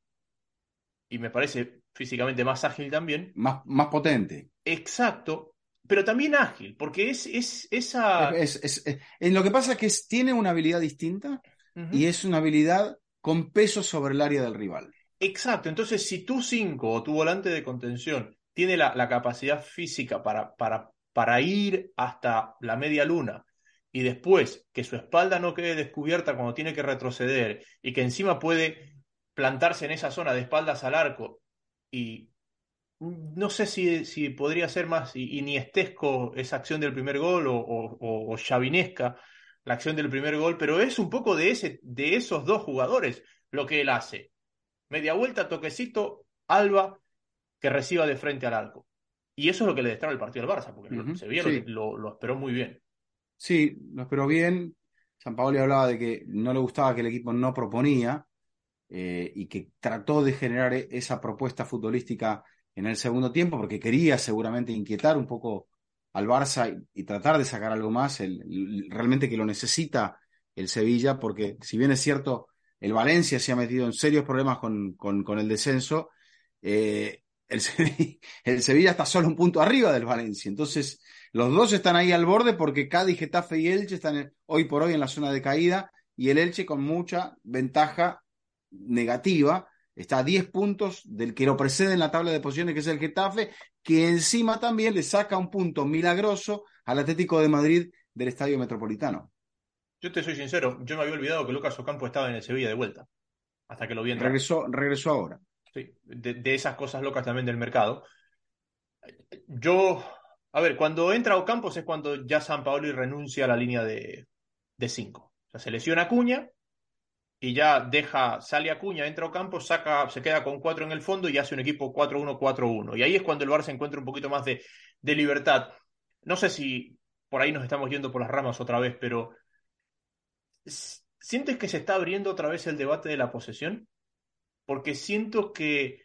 y me parece físicamente más ágil también, Más potente. exacto, pero también ágil, porque es esa... En lo que pasa es que tiene una habilidad distinta y Ujú. es una habilidad con peso sobre el área del rival. Exacto, entonces si tu 5 o tu volante de contención tiene la capacidad física para ir hasta la media luna y después que su espalda no quede descubierta cuando tiene que retroceder y que encima puede plantarse en esa zona de espaldas al arco y no sé si podría ser más iniestesco esa acción del primer gol o chavinesca la acción del primer gol, pero es un poco de esos dos jugadores lo que él hace. Media vuelta, toquecito, Alba, que reciba de frente al arco. Y eso es lo que le destraba el partido al Barça, porque Ujú. Sevilla Sí, lo esperó muy bien. sí, lo esperó bien. Sampaoli hablaba de que no le gustaba que el equipo no proponía y que trató de generar esa propuesta futbolística en el segundo tiempo porque quería seguramente inquietar un poco al Barça y tratar de sacar algo más, realmente que lo necesita el Sevilla, porque si bien es cierto, el Valencia se ha metido en serios problemas con el descenso, el Sevilla está solo un punto arriba del Valencia, entonces los dos están ahí al borde porque Cádiz, Getafe y Elche están hoy por hoy en la zona de caída y el Elche con mucha ventaja negativa, está a 10 puntos del que lo precede en la tabla de posiciones, que es el Getafe, que encima también le saca un punto milagroso al Atlético de Madrid del Estadio Metropolitano. Yo te soy sincero, yo me había olvidado que Lucas Ocampo estaba en el Sevilla de vuelta, hasta que lo vi entrar. Regresó ahora. Sí, de esas cosas locas también del mercado. Yo, a ver, cuando entra Ocampos es cuando ya Sampaoli renuncia a la línea de 5. O sea, se lesiona Acuña y ya sale Acuña, entra Ocampos, se queda con 4 en el fondo y hace un equipo 4-1-4-1. Y ahí es cuando el Barça encuentra un poquito más de libertad. No sé si por ahí nos estamos yendo por las ramas otra vez, pero ¿sientes que se está abriendo otra vez el debate de la posesión? Porque siento que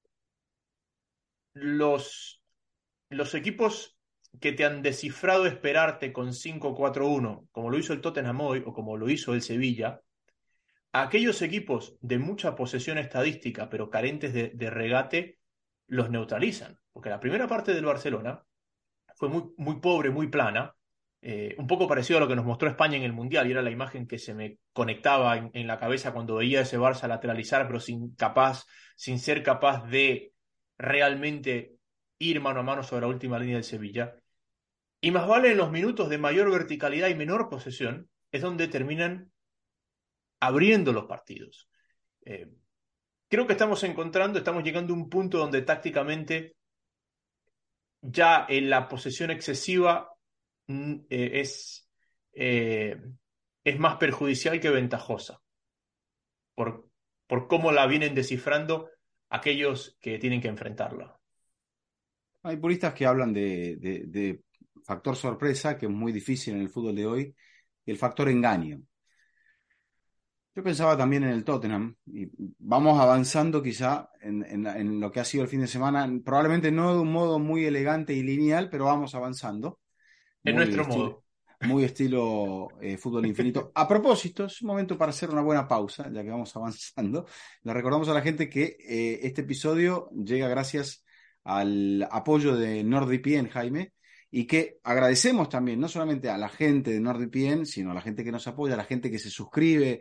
los, los equipos que te han descifrado esperarte con 5-4-1, como lo hizo el Tottenham hoy o como lo hizo el Sevilla, a aquellos equipos de mucha posesión estadística pero carentes de regate, los neutralizan. Porque la primera parte del Barcelona fue muy, muy pobre, muy plana, un poco parecido a lo que nos mostró España en el Mundial, y era la imagen que se me conectaba en la cabeza cuando veía ese Barça lateralizar, pero sin ser capaz de realmente ir mano a mano sobre la última línea del Sevilla. Y más vale en los minutos de mayor verticalidad y menor posesión, es donde terminan abriendo los partidos. Eh, Creo que estamos llegando a un punto donde tácticamente ya en la posesión excesiva es, eh, es más perjudicial que ventajosa por, por cómo la vienen descifrando aquellos que tienen que enfrentarla. Hay puristas que hablan de factor sorpresa, que es muy difícil en el fútbol de hoy, y el factor engaño. Yo pensaba también en el Tottenham, y vamos avanzando quizá en lo que ha sido el fin de semana, probablemente no de un modo muy elegante y lineal, pero vamos avanzando, En muy nuestro estilo, modo. muy estilo fútbol infinito. A propósito, es un momento para hacer una buena pausa, ya que vamos avanzando. Le recordamos a la gente que este episodio llega gracias al apoyo de NordVPN, Jaime, y que agradecemos también, no solamente a la gente de NordVPN, sino a la gente que nos apoya, a la gente que se suscribe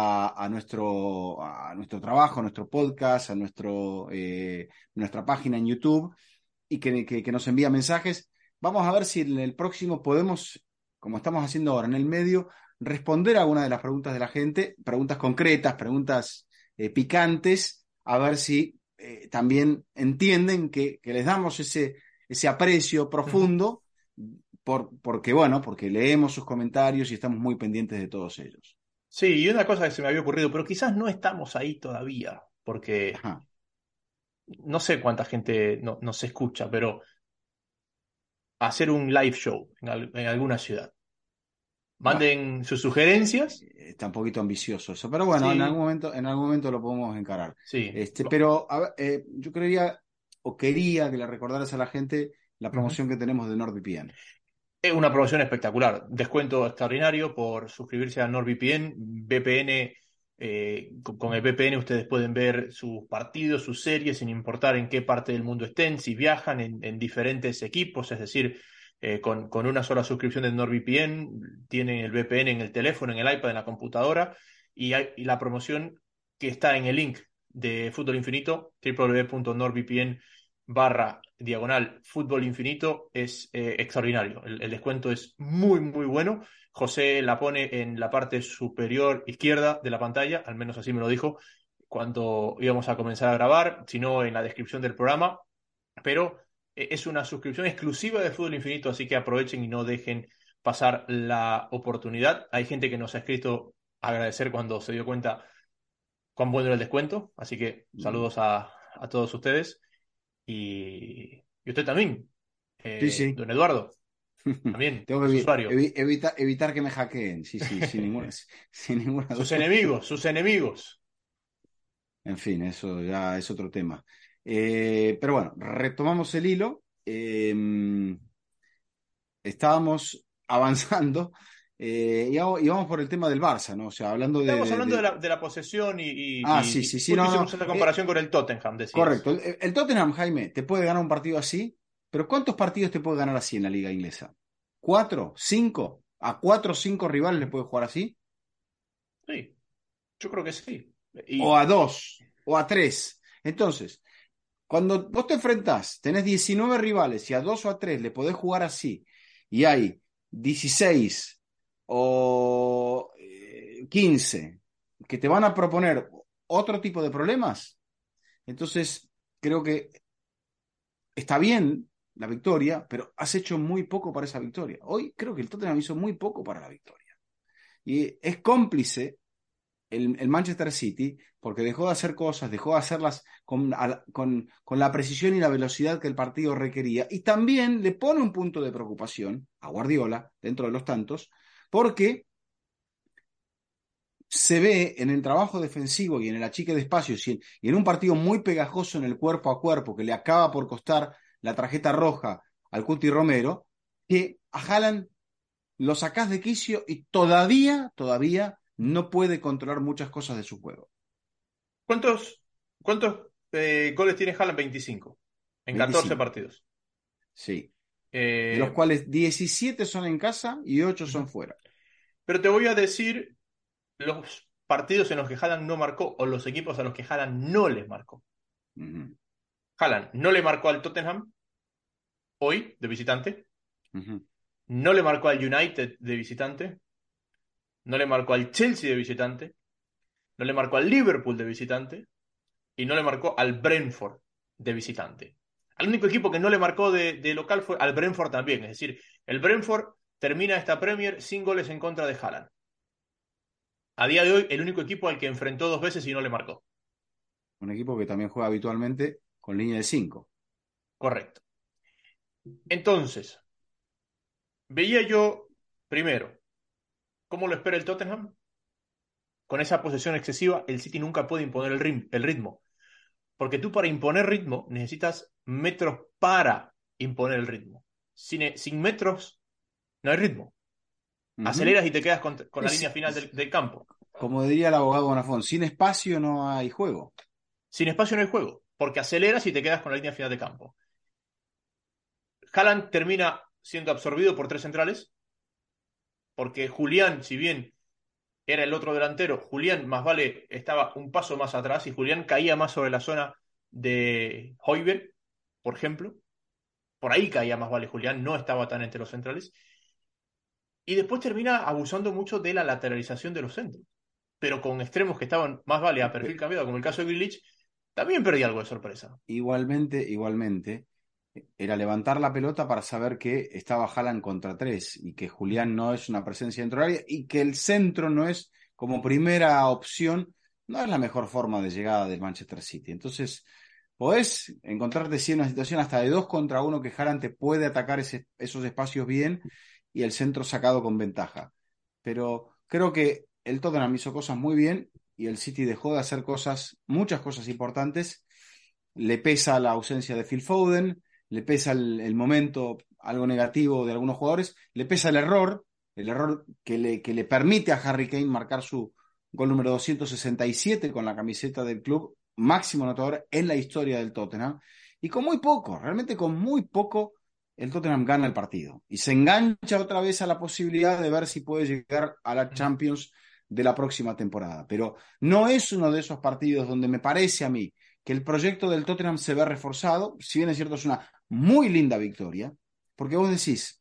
a nuestro trabajo, a nuestro podcast, nuestra página en YouTube y que nos envía mensajes. Vamos a ver si en el próximo podemos, como estamos haciendo ahora en el medio, responder a alguna de las preguntas de la gente, preguntas concretas, preguntas picantes, a ver si también entienden que les damos ese aprecio Ujú. profundo porque leemos sus comentarios y estamos muy pendientes de todos ellos. Sí, y una cosa que se me había ocurrido, pero quizás no estamos ahí todavía, porque Ajá. no sé cuánta gente nos escucha, pero hacer un live show en alguna ciudad. Bueno, Manden sus sugerencias. está un poquito ambicioso eso, pero bueno, Sí, en algún momento lo podemos encarar. sí. Pero a ver, yo creería o quería que le recordaras a la gente la Ujú. promoción que tenemos de NordVPN. Es una promoción espectacular. Descuento extraordinario por suscribirse a NordVPN. VPN, con el VPN ustedes pueden ver sus partidos, sus series, sin importar en qué parte del mundo estén, si viajan en diferentes equipos, es decir, con una sola suscripción de NordVPN, tienen el VPN en el teléfono, en el iPad, en la computadora, y la promoción que está en el link de Fútbol Infinito, www.nordvpn barra diagonal fútbol infinito es extraordinario. El descuento es muy, muy bueno. José la pone en la parte superior izquierda de la pantalla, al menos así me lo dijo cuando íbamos a comenzar a grabar, sino en la descripción del programa, pero es una suscripción exclusiva de Fútbol Infinito, así que aprovechen y no dejen pasar la oportunidad. Hay gente que nos ha escrito a agradecer cuando se dio cuenta cuán bueno era el descuento, así que saludos a todos ustedes. Y usted también, Sí, sí. don Eduardo, también Tengo que es usuario. evitar que me hackeen. Sí, sí, sin ninguna Sus duda. enemigos, sus enemigos. En fin, eso ya es otro tema. Pero bueno, retomamos el hilo. Estábamos avanzando y vamos por el tema del Barça, ¿no? O sea, hablando Estábamos hablando de la posesión Ah, sí, sí, y sí, justo no, no. hicimos esa comparación con el Tottenham, decías. Correcto. El Tottenham, Jaime, te puede ganar un partido así, pero ¿cuántos partidos te puede ganar así en la liga inglesa? ¿Cuatro? ¿Cinco? ¿A cuatro o cinco rivales le puede jugar así? Sí, yo creo que sí. ¿O a Y dos? ¿O a tres? Entonces, cuando vos te enfrentás, tenés 19 rivales y a dos o a tres le podés jugar así, y hay 16 o 15 que te van a proponer otro tipo de problemas, entonces creo que está bien la victoria, pero has hecho muy poco para esa victoria. Hoy creo que el Tottenham hizo muy poco para la victoria. Y es cómplice el Manchester City porque dejó de hacer cosas, dejó de hacerlas con la precisión y la velocidad que el partido requería. Y también le pone un punto de preocupación a Guardiola, dentro de los tantos, porque se ve en el trabajo defensivo y en el achique de espacios y en un partido muy pegajoso en el cuerpo a cuerpo que le acaba por costar la tarjeta roja al Cuti Romero, que a Haaland lo sacás de quicio y todavía no puede controlar muchas cosas de su juego. ¿cuántos, cuántos goles tiene Haaland? 25 en 14 25, partidos. sí. de los cuales 17 son en casa y 8 son fuera. Pero te voy a decir los partidos en los que Haaland no marcó o los equipos a los que Haaland no les marcó. Uh-huh. Haaland no le marcó al Tottenham hoy de visitante, Uh-huh. no le marcó al United de visitante, no le marcó al Chelsea de visitante, no le marcó al Liverpool de visitante y no le marcó al Brentford de visitante. Al único equipo que no le marcó de local fue al Brentford también. Es decir, el Brentford termina esta Premier sin goles en contra de Haaland. A día de hoy, el único equipo al que enfrentó 2 veces y no le marcó. Un equipo que también juega habitualmente con línea de 5. Correcto. Entonces, veía yo, primero, cómo lo espera el Tottenham. Con esa posesión excesiva, el City nunca puede imponer el ritmo. Porque tú para imponer ritmo necesitas metros para imponer el ritmo. Sin metros no hay ritmo. Uh-huh. Aceleras y te quedas con la línea final del campo. Como diría el abogado Bonafont, sin espacio no hay juego. Sin espacio no hay juego, porque aceleras y te quedas con la línea final de campo. Haaland termina siendo absorbido por 3 centrales, porque Julián, si bien era el otro delantero, Julián más vale estaba un paso más atrás y Julián caía más sobre la zona de Højbjerg, por ejemplo. Por ahí caía más vale Julián, no estaba tan entre los centrales. Y después termina abusando mucho de la lateralización de los centros. Pero con extremos que estaban más vale a perfil cambiado, como el caso de Grealish, también perdí algo de sorpresa. Igualmente, era levantar la pelota para saber que estaba Haaland contra 3 y que Julián no es una presencia dentro del área y que el centro no es, como primera opción, no es la mejor forma de llegada del Manchester City. Entonces, podés encontrarte en una situación hasta de 2 contra 1 que Haaland te puede atacar esos espacios bien y el centro sacado con ventaja. Pero creo que el Tottenham hizo cosas muy bien y el City dejó de hacer muchas cosas importantes. Le pesa la ausencia de Phil Foden, le pesa el momento, algo negativo de algunos jugadores, le pesa el error que le permite a Harry Kane marcar su gol número 267 con la camiseta del club, máximo anotador en la historia del Tottenham. Y con muy poco, realmente con muy poco, el Tottenham gana el partido y se engancha otra vez a la posibilidad de ver si puede llegar a la Champions de la próxima temporada. Pero no es uno de esos partidos donde me parece a mí que el proyecto del Tottenham se ve reforzado, si bien es cierto es una muy linda victoria, porque vos decís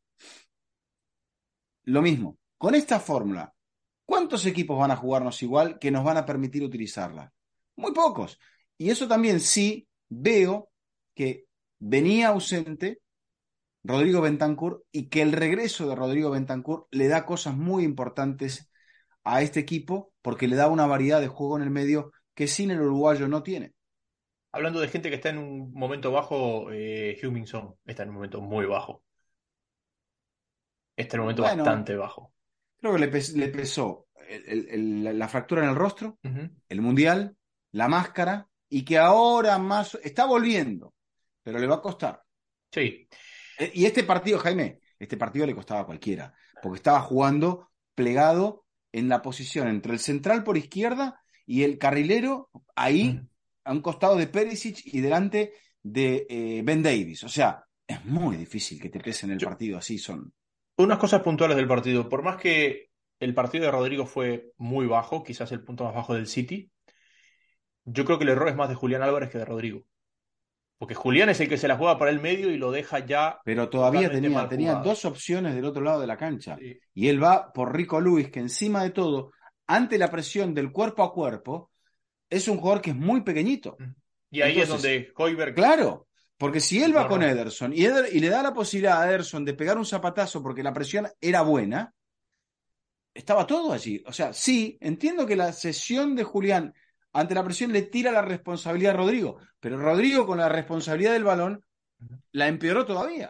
lo mismo, con esta fórmula, ¿cuántos equipos van a jugarnos igual que nos van a permitir utilizarla? Muy pocos. Y eso también sí veo que venía ausente Rodrigo Bentancur y que el regreso de Rodrigo Bentancur le da cosas muy importantes a este equipo porque le da una variedad de juego en el medio que sin el uruguayo no tiene. Hablando de gente que está en un momento bajo, Heung-min Son está en un momento muy bajo. Está en un momento Bueno, bastante bajo. creo que le pesó la fractura en el rostro, Uh-huh. el mundial, la máscara y que ahora más está volviendo, pero le va a costar. Sí. Y este partido, Jaime, este partido le costaba a cualquiera, porque estaba jugando plegado en la posición entre el central por izquierda y el carrilero ahí Uh-huh. a un costado de Perisic y delante de Ben Davies. O sea, es muy difícil que te pesen el partido así. Unas cosas puntuales del partido. Por más que el partido de Rodrigo fue muy bajo, quizás el punto más bajo del City, yo creo que el error es más de Julián Álvarez que de Rodrigo. Porque Julián es el que se la juega para el medio y lo deja ya Pero todavía totalmente mal tenía jugado. 2 opciones del otro lado de la cancha. Sí. Y él va por Rico Lewis, que encima de todo, ante la presión del cuerpo a cuerpo, es un jugador que es muy pequeñito. Y ahí es Entonces, donde Højbjerg claro, porque si él va lo con rompe. Ederson y le da la posibilidad a Ederson de pegar un zapatazo porque la presión era buena, estaba todo allí. O sea, sí, entiendo que la cesión de Julián ante la presión le tira la responsabilidad a Rodrigo, pero Rodrigo con la responsabilidad del balón la empeoró todavía.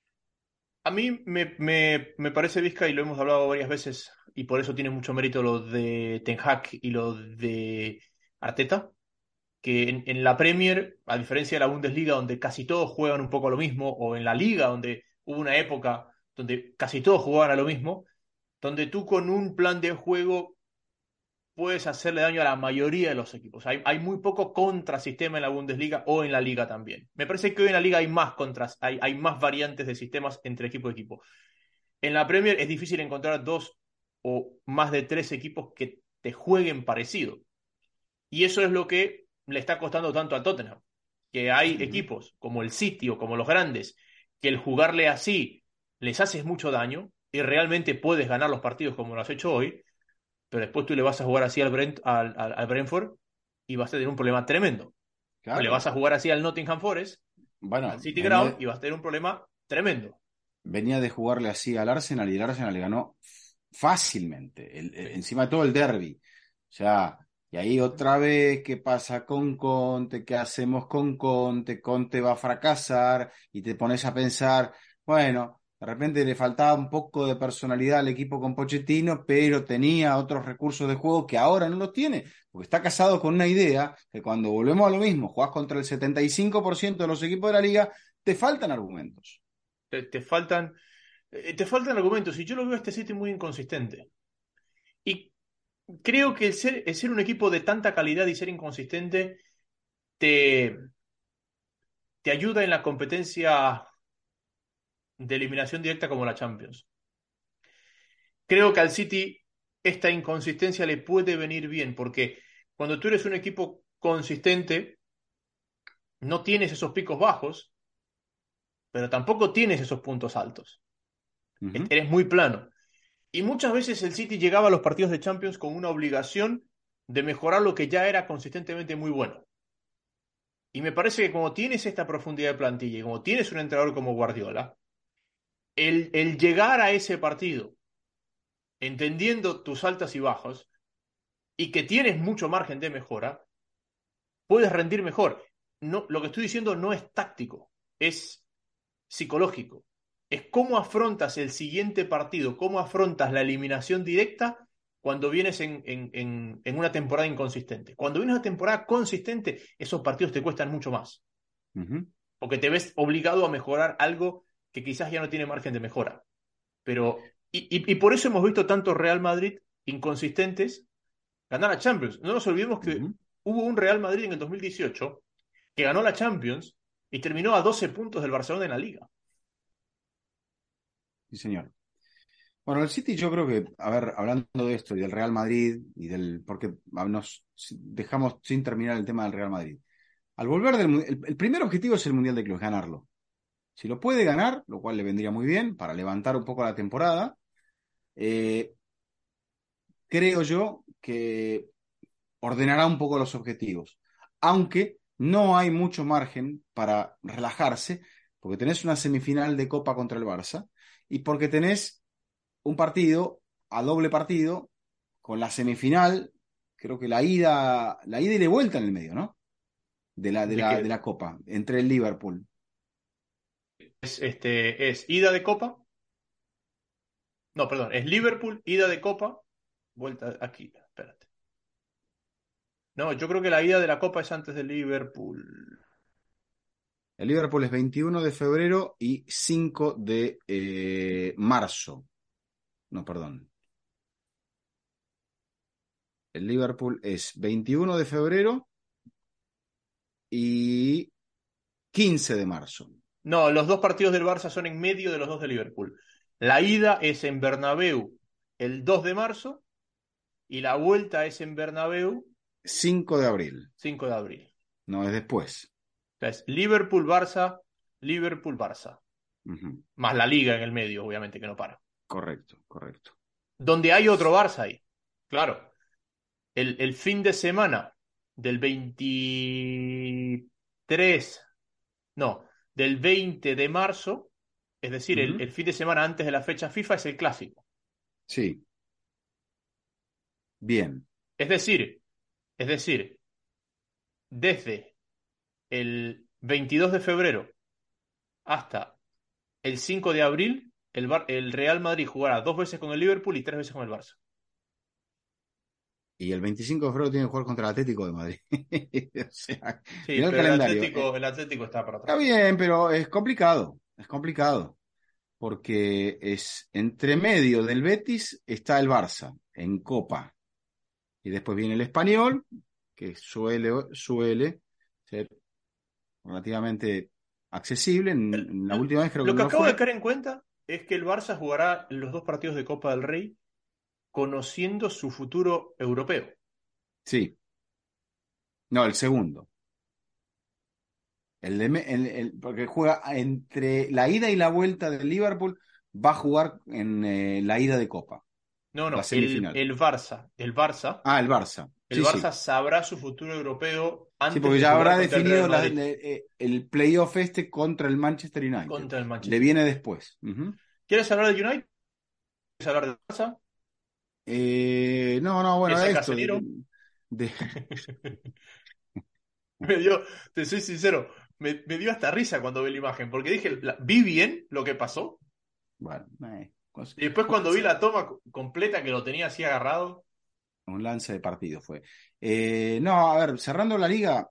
A mí me parece, Vizca, y lo hemos hablado varias veces, y por eso tiene mucho mérito lo de Ten Hag y lo de Arteta, que en la Premier, a diferencia de la Bundesliga, donde casi todos juegan un poco a lo mismo, o en la Liga, donde hubo una época donde casi todos jugaban a lo mismo, donde tú con un plan de juego puedes hacerle daño a la mayoría de los equipos. Hay muy poco contrasistema en la Bundesliga o en la Liga también. Me parece que hoy en la Liga hay más hay más variantes de sistemas entre equipo y equipo. En la Premier es difícil encontrar 2 o más de 3 equipos que te jueguen parecido. Y eso es lo que le está costando tanto al Tottenham. Que hay equipos como el City o como los grandes, que el jugarle así les haces mucho daño y realmente puedes ganar los partidos como lo has hecho hoy, pero después tú le vas a jugar así al Brentford y vas a tener un problema tremendo. O le Claro. vas a jugar así al Nottingham Forest, al Bueno, City Ground, y vas a tener un problema tremendo. venía de jugarle así al Arsenal y el Arsenal le ganó fácilmente, Sí. encima de todo el derbi. O sea, y ahí otra vez, ¿qué pasa con Conte? ¿Qué hacemos con Conte? Conte va a fracasar y te pones a pensar, bueno, de repente le faltaba un poco de personalidad al equipo con Pochettino, pero tenía otros recursos de juego que ahora no los tiene, porque está casado con una idea que cuando volvemos a lo mismo, jugás contra el 75% de los equipos de la liga, te faltan argumentos. Te faltan, te faltan argumentos y yo lo veo a este City muy inconsistente. Y creo que el ser un equipo de tanta calidad y ser inconsistente te, te ayuda en la competencia de eliminación directa como la Champions. Creo que al City esta inconsistencia le puede venir bien porque cuando tú eres un equipo consistente, no tienes esos picos bajos, pero tampoco tienes esos puntos altos. Ujú. Eres muy plano. Y muchas veces el City llegaba a los partidos de Champions con una obligación de mejorar lo que ya era consistentemente muy bueno. Y me parece que como tienes esta profundidad de plantilla y como tienes un entrenador como Guardiola, el llegar a ese partido entendiendo tus altas y bajos y que tienes mucho margen de mejora, puedes rendir mejor. No, lo que estoy diciendo no es táctico, es psicológico. Es cómo afrontas el siguiente partido, cómo afrontas la eliminación directa cuando vienes en una temporada inconsistente. Cuando vienes a una temporada consistente, esos partidos te cuestan mucho más, Ujú. porque te ves obligado a mejorar algo que quizás ya no tiene margen de mejora. Pero, y por eso hemos visto tantos Real Madrid inconsistentes ganar la Champions. No nos olvidemos que Ujú. hubo un Real Madrid en el 2018 que ganó la Champions y terminó a 12 puntos del Barcelona en la Liga. Sí, señor. Bueno, el City yo creo que, a ver, hablando de esto y del Real Madrid porque nos dejamos sin terminar el tema del Real Madrid. Al volver el primer objetivo es el Mundial de Clubes, ganarlo. Si lo puede ganar, lo cual le vendría muy bien para levantar un poco la temporada, eh, creo yo que ordenará un poco los objetivos. Aunque no hay mucho margen para relajarse, porque tenés una semifinal de Copa contra el Barça y porque tenés un partido a doble partido con la semifinal, creo que la ida y de vuelta en el medio, ¿no? ¿De De qué? la Copa, entre el Liverpool. Es ida de Copa. No, perdón, es Liverpool, ida de Copa, vuelta aquí, espérate. No, yo creo que la ida de la Copa es antes del Liverpool. El Liverpool es 21 de febrero y 5 de marzo. No, perdón. El Liverpool es 21 de febrero y 15 de marzo. No, los dos partidos del Barça son en medio de los dos de Liverpool. La ida es en Bernabéu el 2 de marzo y la vuelta es en Bernabéu 5 de abril. 5 de abril. No es después. O sea, es Liverpool-Barça, Liverpool-Barça. Ujú. Más la Liga en el medio, obviamente, que no para. Correcto, correcto. Donde hay otro Barça ahí. Claro, el fin de semana del 23, no, del 20 de marzo, es decir, Ujú. el fin de semana antes de la fecha FIFA es el clásico. Sí, bien. Es decir, es decir, desde el 22 de febrero hasta el 5 de abril, el Real Madrid jugará 2 veces con el Liverpool y 3 veces con el Barça. Y el 25 de febrero tiene que jugar contra el Atlético de Madrid. O sea, Sí, mirá el pero calendario. El Atlético está para Está atrás. bien, pero es complicado. Es complicado. Porque es entre medio del Betis está el Barça en Copa. Y después viene el Español, que suele ser relativamente accesible. En la última vez creo que Lo no que lo acabo de fue. caer en cuenta es que el Barça jugará los 2 partidos de Copa del Rey conociendo su futuro europeo. Sí, no, el segundo. Porque juega entre la ida y la vuelta del Liverpool, va a jugar en la ida de Copa, No, la no, semifinal. el El Barça. Sí, Barça sí. sabrá su futuro europeo Sí, antes porque de ya jugar habrá contra el Real definido Madrid, el playoff este contra el Manchester United. contra el Le Manchester viene United. después. Ujú. ¿Quieres hablar de United? ¿Quieres hablar del Barça? No, no, bueno, Ese esto. Casemiro De- me dio, te soy sincero, me dio hasta risa cuando vi la imagen, porque dije, vi bien lo que pasó, bueno, y después cuando vi la toma completa que lo tenía así agarrado, un lance de partido fue. No, a ver, cerrando la liga,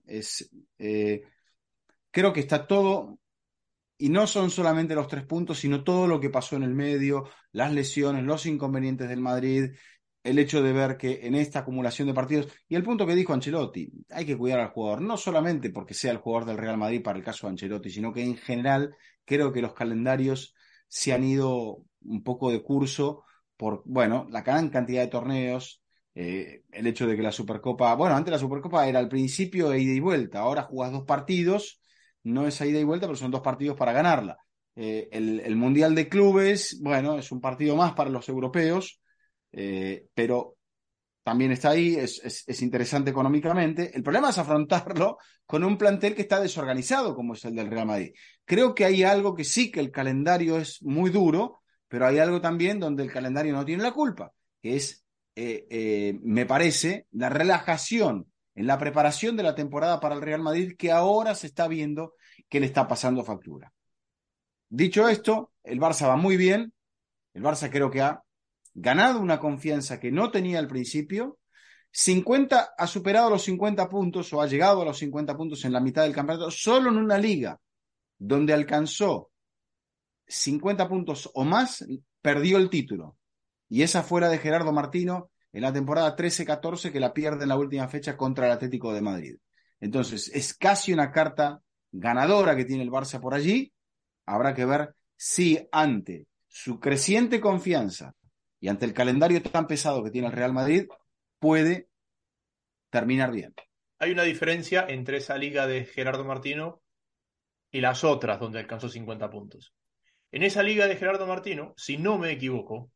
creo que está todo. Y no son solamente los 3 puntos, sino todo lo que pasó en el medio, las lesiones, los inconvenientes del Madrid, el hecho de ver que en esta acumulación de partidos, y el punto que dijo Ancelotti, hay que cuidar al jugador, no solamente porque sea el jugador del Real Madrid para el caso de Ancelotti, sino que en general creo que los calendarios se han ido un poco de curso por, bueno, la gran cantidad de torneos, el hecho de que la Supercopa, bueno, antes la Supercopa era al principio ida y vuelta, ahora jugás 2 partidos, no es a ida y vuelta, pero son 2 partidos para ganarla. El Mundial de Clubes, bueno, es un partido más para los europeos, pero también está ahí, es interesante económicamente. El problema es afrontarlo con un plantel que está desorganizado, como es el del Real Madrid. Creo que hay algo que sí, que el calendario es muy duro, pero hay algo también donde el calendario no tiene la culpa, que es, me parece, la relajación en la preparación de la temporada para el Real Madrid, que ahora se está viendo que le está pasando factura. Dicho esto, el Barça va muy bien. El Barça creo que ha ganado una confianza que no tenía al principio. 50 ha superado los 50 puntos o ha llegado a los 50 puntos en la mitad del campeonato, solo en una liga donde alcanzó 50 puntos o más, perdió el título. Y esa fuera de Gerardo Martino en la temporada 13-14 que la pierde en la última fecha contra el Atlético de Madrid. Entonces, es casi una carta ganadora que tiene el Barça por allí. Habrá que ver si ante su creciente confianza y ante el calendario tan pesado que tiene el Real Madrid, puede terminar bien. hay una diferencia entre esa liga de Gerardo Martino y las otras donde alcanzó 50 puntos. En esa liga de Gerardo Martino, si no me equivoco,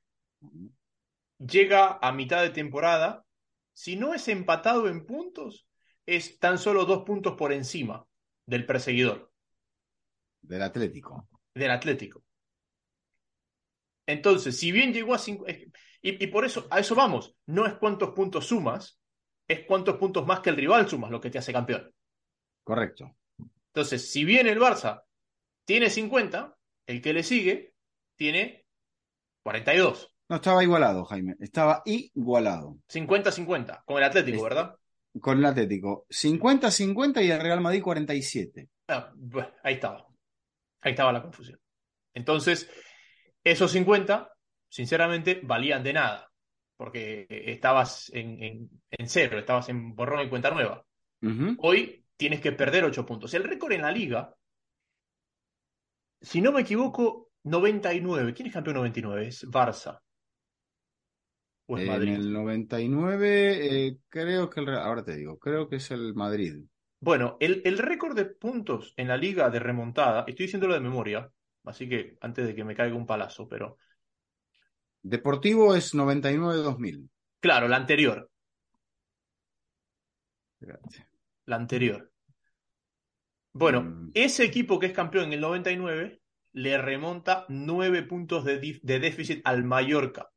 llega a mitad de temporada, si no es empatado en puntos, es tan solo 2 puntos por encima del perseguidor, Del Atlético. del Atlético. Entonces, si bien llegó a 5, y por eso, a eso vamos, no es cuántos puntos sumas, es cuántos puntos más que el rival sumas lo que te hace campeón. Correcto. Entonces, si bien el Barça tiene 50, el que le sigue tiene 42. No, estaba igualado, Jaime. Estaba igualado. 50-50, con el Atlético, Este, ¿verdad? con el Atlético. 50-50 y el Real Madrid 47. Ah, bueno, ahí estaba. Ahí estaba la confusión. Entonces, esos 50, sinceramente, valían de nada, porque estabas en cero, estabas en borrón y cuenta nueva. Ujú. Hoy tienes que perder 8 puntos. El récord en la liga, si no me equivoco, 99. ¿Quién es campeón 99? ¿Es Barça o es En Madrid? el 99, creo que ahora te digo, creo que es el Madrid. Bueno, el récord de puntos en la liga de remontada, estoy diciéndolo de memoria, así que antes de que me caiga un palazo, pero Deportivo es 99-2000. claro, la anterior, Espérate. la anterior. Bueno, Mm, ese equipo que es campeón en el 99 le remonta 9 puntos de déficit al Mallorca.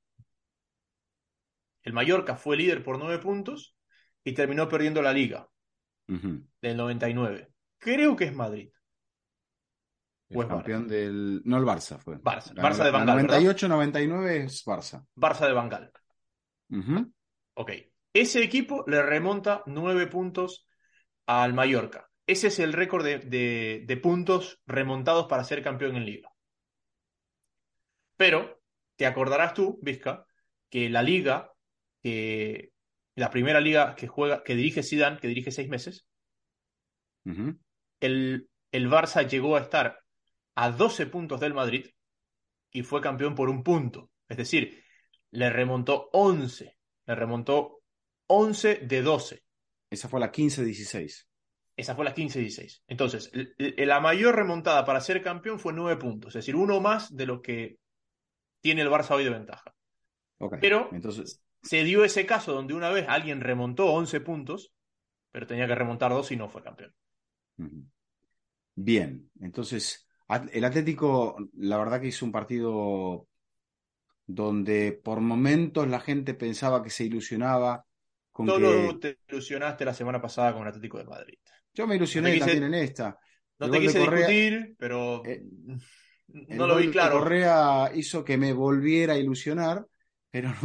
El Mallorca fue líder por 9 puntos y terminó perdiendo la liga ujú. del 99. Creo que es Madrid o El es Barça. campeón del. No, el Barça fue. Barça, Ganó Barça de la Bangal, ¿verdad? 98-99 es Barça. Barça de Bangal. Ujú. Ok. Ese equipo le remonta 9 puntos al Mallorca. Ese es el récord de puntos remontados para ser campeón en liga. Pero te acordarás tú, Vizca, que la liga que la primera liga que dirige Zidane, que dirige 6 meses, Ujú. el Barça llegó a estar a 12 puntos del Madrid y fue campeón por un punto. Es decir, le remontó 11. Le remontó 11 de 12. Esa fue la 15-16. Esa fue la 15-16. Entonces, la mayor remontada para ser campeón fue 9 puntos. Es decir, uno más de lo que tiene el Barça hoy de ventaja. Ok, Pero entonces, se dio ese caso donde una vez alguien remontó 11 puntos, pero tenía que remontar 2 y no fue campeón. ujú. Bien, entonces, el Atlético, la verdad que hizo un partido donde por momentos la gente pensaba que se ilusionaba con Solo que te ilusionaste la semana pasada con el Atlético de Madrid. yo me No te ilusioné también en quise, esta. no El te gol de quise Correa, discutir, pero eh, el no lo vi gol de claro. Correa hizo que me volviera a ilusionar, pero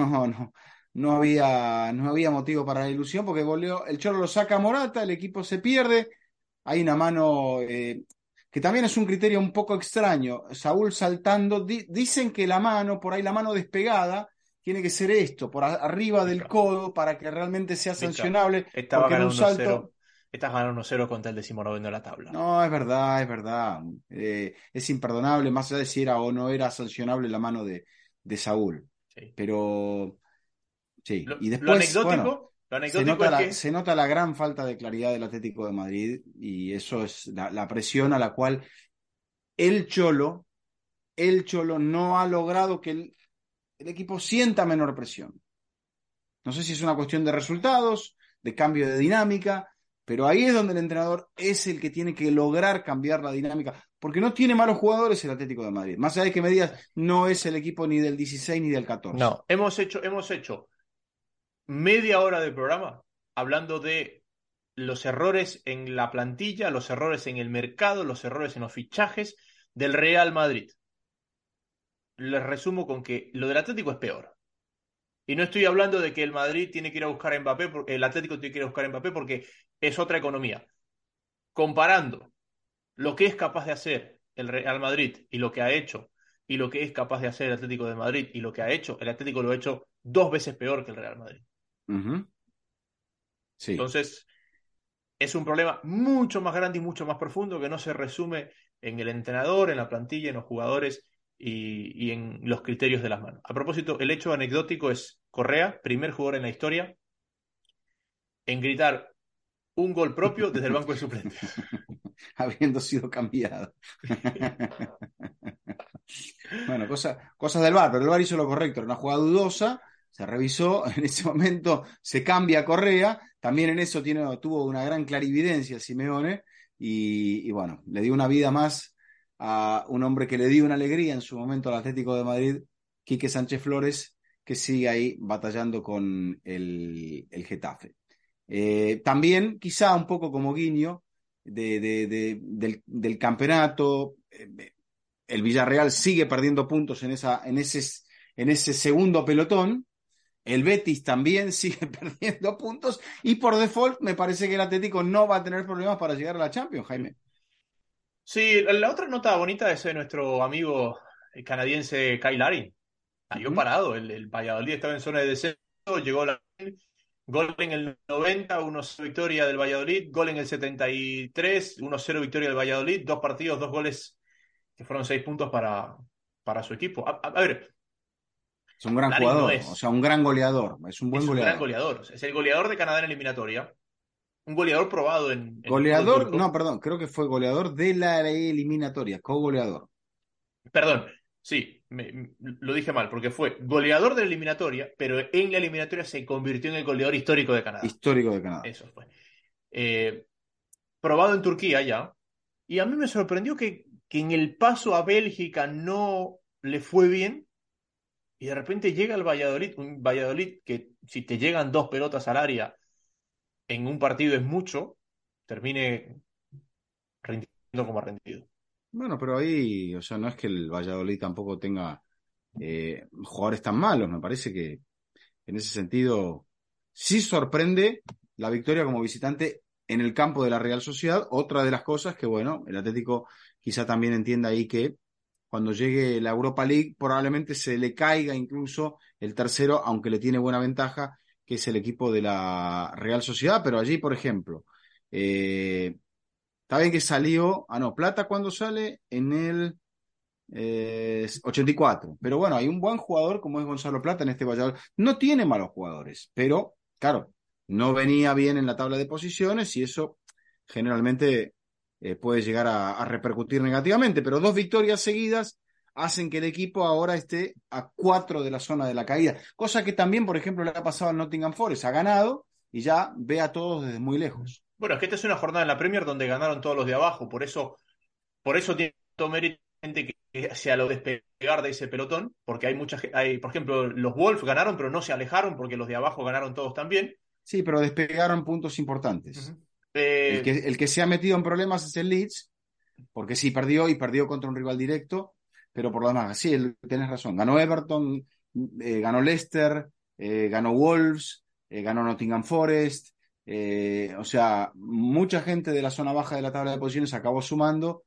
no había motivo para la ilusión porque el Cholo lo saca a Morata, el equipo se pierde, hay una mano que también es un criterio un poco extraño. Saúl saltando, dicen que la mano, por ahí la mano despegada, tiene que ser esto, por arriba del Listo, codo para que realmente sea listo. sancionable, Estaba porque en un ganando 1-0. salto. Estás ganando 1-0 contra el 19º de la tabla. No, es verdad, es verdad. Es imperdonable, más allá de si era o no era sancionable la mano de Saúl. Sí. Pero sí, Lo, y lo después, bueno, anecdótico, lo se anecdótico nota es la, que se nota la gran falta de claridad del Atlético de Madrid y eso es la presión a la cual el Cholo, el Cholo no ha logrado que el equipo sienta menor presión. No sé si es una cuestión de resultados, de cambio de dinámica, pero ahí es donde el entrenador es el que tiene que lograr cambiar la dinámica, porque no tiene malos jugadores el Atlético de Madrid. Más allá de que me digas, no es el equipo ni del 16 ni del 14. no, hemos hecho media hora de programa hablando de los errores en la plantilla, los errores en el mercado, los errores en los fichajes del Real Madrid. Les resumo con que lo del Atlético es peor. Y no estoy hablando de que el Madrid tiene que ir a buscar a Mbappé, el Atlético tiene que ir a buscar a Mbappé porque es otra economía. Comparando lo que es capaz de hacer el Real Madrid y lo que ha hecho, y lo que es capaz de hacer el Atlético de Madrid y lo que ha hecho, el Atlético lo ha hecho 2 veces peor que el Real Madrid. Ujú. Sí. Entonces, es un problema mucho más grande y mucho más profundo que no se resume en el entrenador, en la plantilla, en los jugadores y en los criterios de las manos. A propósito, el hecho anecdótico es Correa, primer jugador en la historia en gritar un gol propio desde el banco de suplentes. Habiendo sido cambiado. Bueno, cosas del VAR, pero el VAR hizo lo correcto, era una jugada dudosa, se revisó, en ese momento se cambia a Correa, también en eso tuvo una gran clarividencia Simeone, y bueno, le dio una vida más a un hombre que le dio una alegría en su momento al Atlético de Madrid, Quique Sánchez Flores, que sigue ahí batallando con el Getafe. También, quizá un poco como guiño del campeonato, el Villarreal sigue perdiendo puntos en ese segundo pelotón. El Betis también sigue perdiendo puntos y por default me parece que el Atlético no va a tener problemas para llegar a la Champions, Jaime. Sí, la otra nota bonita es de nuestro amigo canadiense Kyle Larin. Cayó Uh-huh. parado. El Valladolid estaba en zona de descenso, llegó gol en el 90, 1-0 victoria del Valladolid, gol en el 73, 1-0 victoria del Valladolid, 2 partidos, 2 goles, que fueron 6 puntos para su equipo. A ver, Es un gran Larin no jugador, o es, sea, un gran goleador, es un buen es un gran goleador. goleador. Es el goleador de Canadá en eliminatoria, un goleador probado en el fútbol Goleador, no, turco. perdón, creo que fue goleador de la eliminatoria, co-goleador. Perdón, sí, lo dije mal, porque fue goleador de la eliminatoria, pero en la eliminatoria se convirtió en el goleador histórico de Canadá. Histórico de Canadá. Eso fue. Eh, Probado en Turquía ya. Y a mí me sorprendió que en el paso a Bélgica no le fue bien. Y de repente llega el Valladolid, un Valladolid que si te llegan 2 pelotas al área en un partido es mucho, termine rindiendo como ha rendido. Bueno, pero ahí, o sea, no es que el Valladolid tampoco tenga jugadores tan malos, me parece que en ese sentido sí sorprende la victoria como visitante en el campo de la Real Sociedad. Otra de las cosas que, bueno, el Atlético quizá también entienda ahí que cuando llegue la Europa League probablemente se le caiga incluso el tercero, aunque le tiene buena ventaja, que es el equipo de la Real Sociedad, pero allí, por ejemplo, está bien que salió, no, Plata cuando sale en el 84, pero bueno, hay un buen jugador como es Gonzalo Plata en este Valladolid. No tiene malos jugadores, pero claro, no venía bien en la tabla de posiciones y eso generalmente puede llegar a repercutir negativamente, pero 2 victorias seguidas hacen que el equipo ahora esté a 4 de la zona de la caída, cosa que también, por ejemplo, le ha pasado al Nottingham Forest, ha ganado y ya ve a todos desde muy lejos. Bueno, es que esta es una jornada en la Premier donde ganaron todos los de abajo, por eso tiene tanto mérito gente que hacia lo despegar de ese pelotón, porque hay por ejemplo, los Wolves ganaron, pero no se alejaron porque los de abajo ganaron todos también. Sí, pero despegaron puntos importantes. Uh-huh. El que se ha metido en problemas es el Leeds, porque sí perdió y perdió contra un rival directo, pero por lo demás, sí, tienes razón. Ganó Everton, ganó Leicester, ganó Wolves, ganó Nottingham Forest. O sea, mucha gente de la zona baja de la tabla de posiciones acabó sumando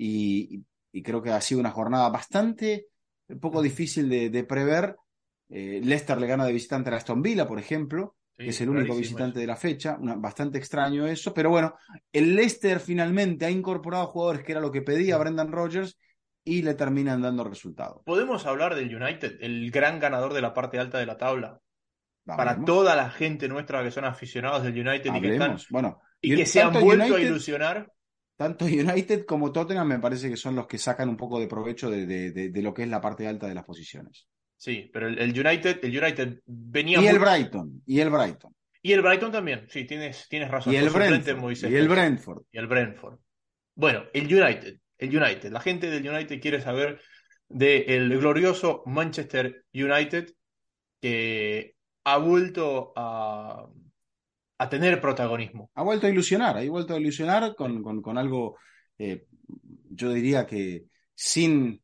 y creo que ha sido una jornada bastante un poco difícil de prever. Leicester le gana de visitante a Aston Villa, por ejemplo, que es Sí, el único rarísimo visitante eso. de la fecha. Bastante extraño eso, pero bueno, el Leicester finalmente ha incorporado jugadores que era lo que pedía Brendan Rodgers y le terminan dando resultado. Podemos hablar del United, el gran ganador de la parte alta de la tabla. Para Hablemos, toda la gente nuestra que son aficionados del United hablemos. Bueno, y que se tanto han vuelto a United, ilusionar. tanto United como Tottenham me parece que son los que sacan un poco de provecho de lo que es la parte alta de las posiciones. Sí, pero el United venía Y el muy. Brighton, y el Brighton, Y el Brighton también, sí, tienes razón, y fue el suplente Brentford, Moisés y el Caicedo. Brentford. Y el Brentford. Bueno, el United. La gente del United quiere saber del glorioso Manchester United que ha vuelto a tener protagonismo. Ha vuelto a ilusionar, ha vuelto a ilusionar Sí. con algo, eh, yo diría que sin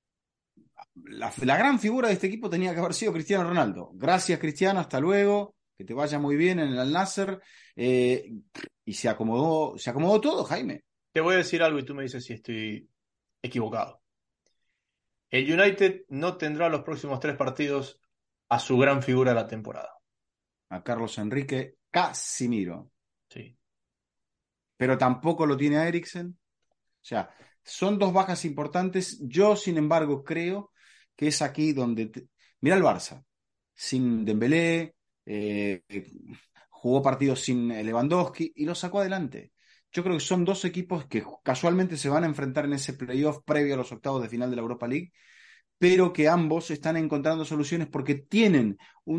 la gran figura de este equipo tenía que haber sido Cristiano Ronaldo. Gracias, Cristiano, hasta luego, que te vaya muy bien en el Al-Nassr. eh, y se acomodó todo, Jaime. Te voy a decir algo y tú me dices si estoy equivocado. El United no tendrá los próximos 3 partidos a su gran figura de la temporada. A Carlos Enrique Casimiro, Sí. pero tampoco lo tiene a Eriksen. O sea, son 2 bajas importantes. Yo, sin embargo, creo que es aquí donde... Mira el Barça, sin Dembélé, jugó partidos sin Lewandowski y lo sacó adelante. Yo creo que son 2 equipos que casualmente se van a enfrentar en ese playoff previo a los octavos de final de la Europa League, pero que ambos están encontrando soluciones porque tienen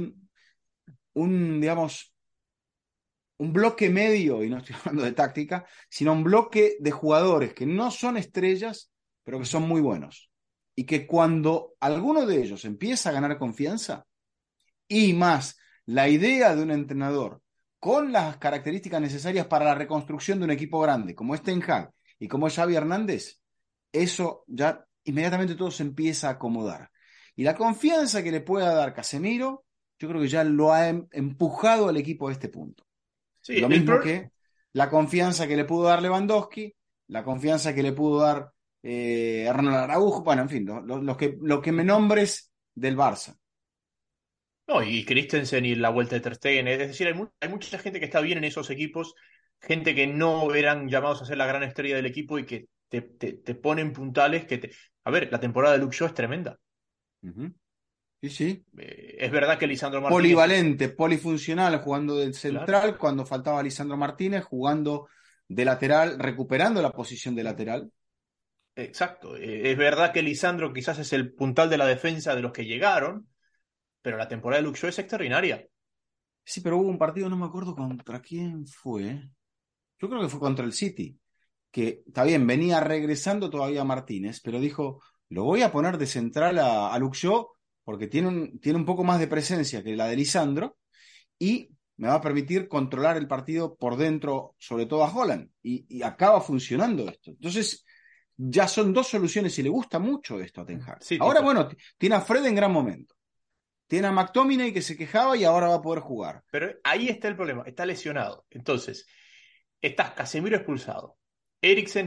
digamos, un bloque medio, y no estoy hablando de táctica, sino un bloque de jugadores que no son estrellas, pero que son muy buenos. Y que cuando alguno de ellos empieza a ganar confianza, y más la idea de un entrenador con las características necesarias para la reconstrucción de un equipo grande, como es Ten Hag y como es Xavi Hernández, eso ya inmediatamente todo se empieza a acomodar. Y la confianza que le pueda dar Casemiro, yo creo que ya lo ha empujado al equipo a este punto. Sí, Lo mismo que la confianza que le pudo dar Lewandowski, la confianza que le pudo dar Ronald Araujo, bueno, en fin, lo que me nombres del Barça. no, y Christensen y la vuelta de Ter Stegen. Es decir, hay mucha gente que está bien en esos equipos, gente que no eran llamados a ser la gran estrella del equipo y que te ponen puntales A ver, la temporada de Luke Shaw es tremenda. Uh-huh. Sí, sí. Es verdad que Lisandro Martínez. Polivalente, polifuncional, jugando del Claro, central, cuando faltaba Lisandro Martínez, jugando de lateral, recuperando la posición de lateral. exacto. Es verdad que Lisandro quizás es el puntal de la defensa de los que llegaron, pero la temporada de Luke Shaw es extraordinaria. Sí, pero hubo un partido, no me acuerdo contra quién fue. Yo creo que fue contra el City, que está bien, venía regresando todavía Martínez, pero dijo, lo voy a poner de central a Luke Shaw porque tiene un poco más de presencia que la de Lisandro y me va a permitir controlar el partido por dentro, sobre todo a Holland. Y acaba funcionando esto. Entonces, ya son 2 soluciones y le gusta mucho esto a Ten Hag. Sí, Ahora, bueno, tiene a Fred en gran momento. Tiene a McTominay que se quejaba y ahora va a poder jugar. pero ahí está el problema, está lesionado. Entonces, estás Casemiro expulsado, Eriksen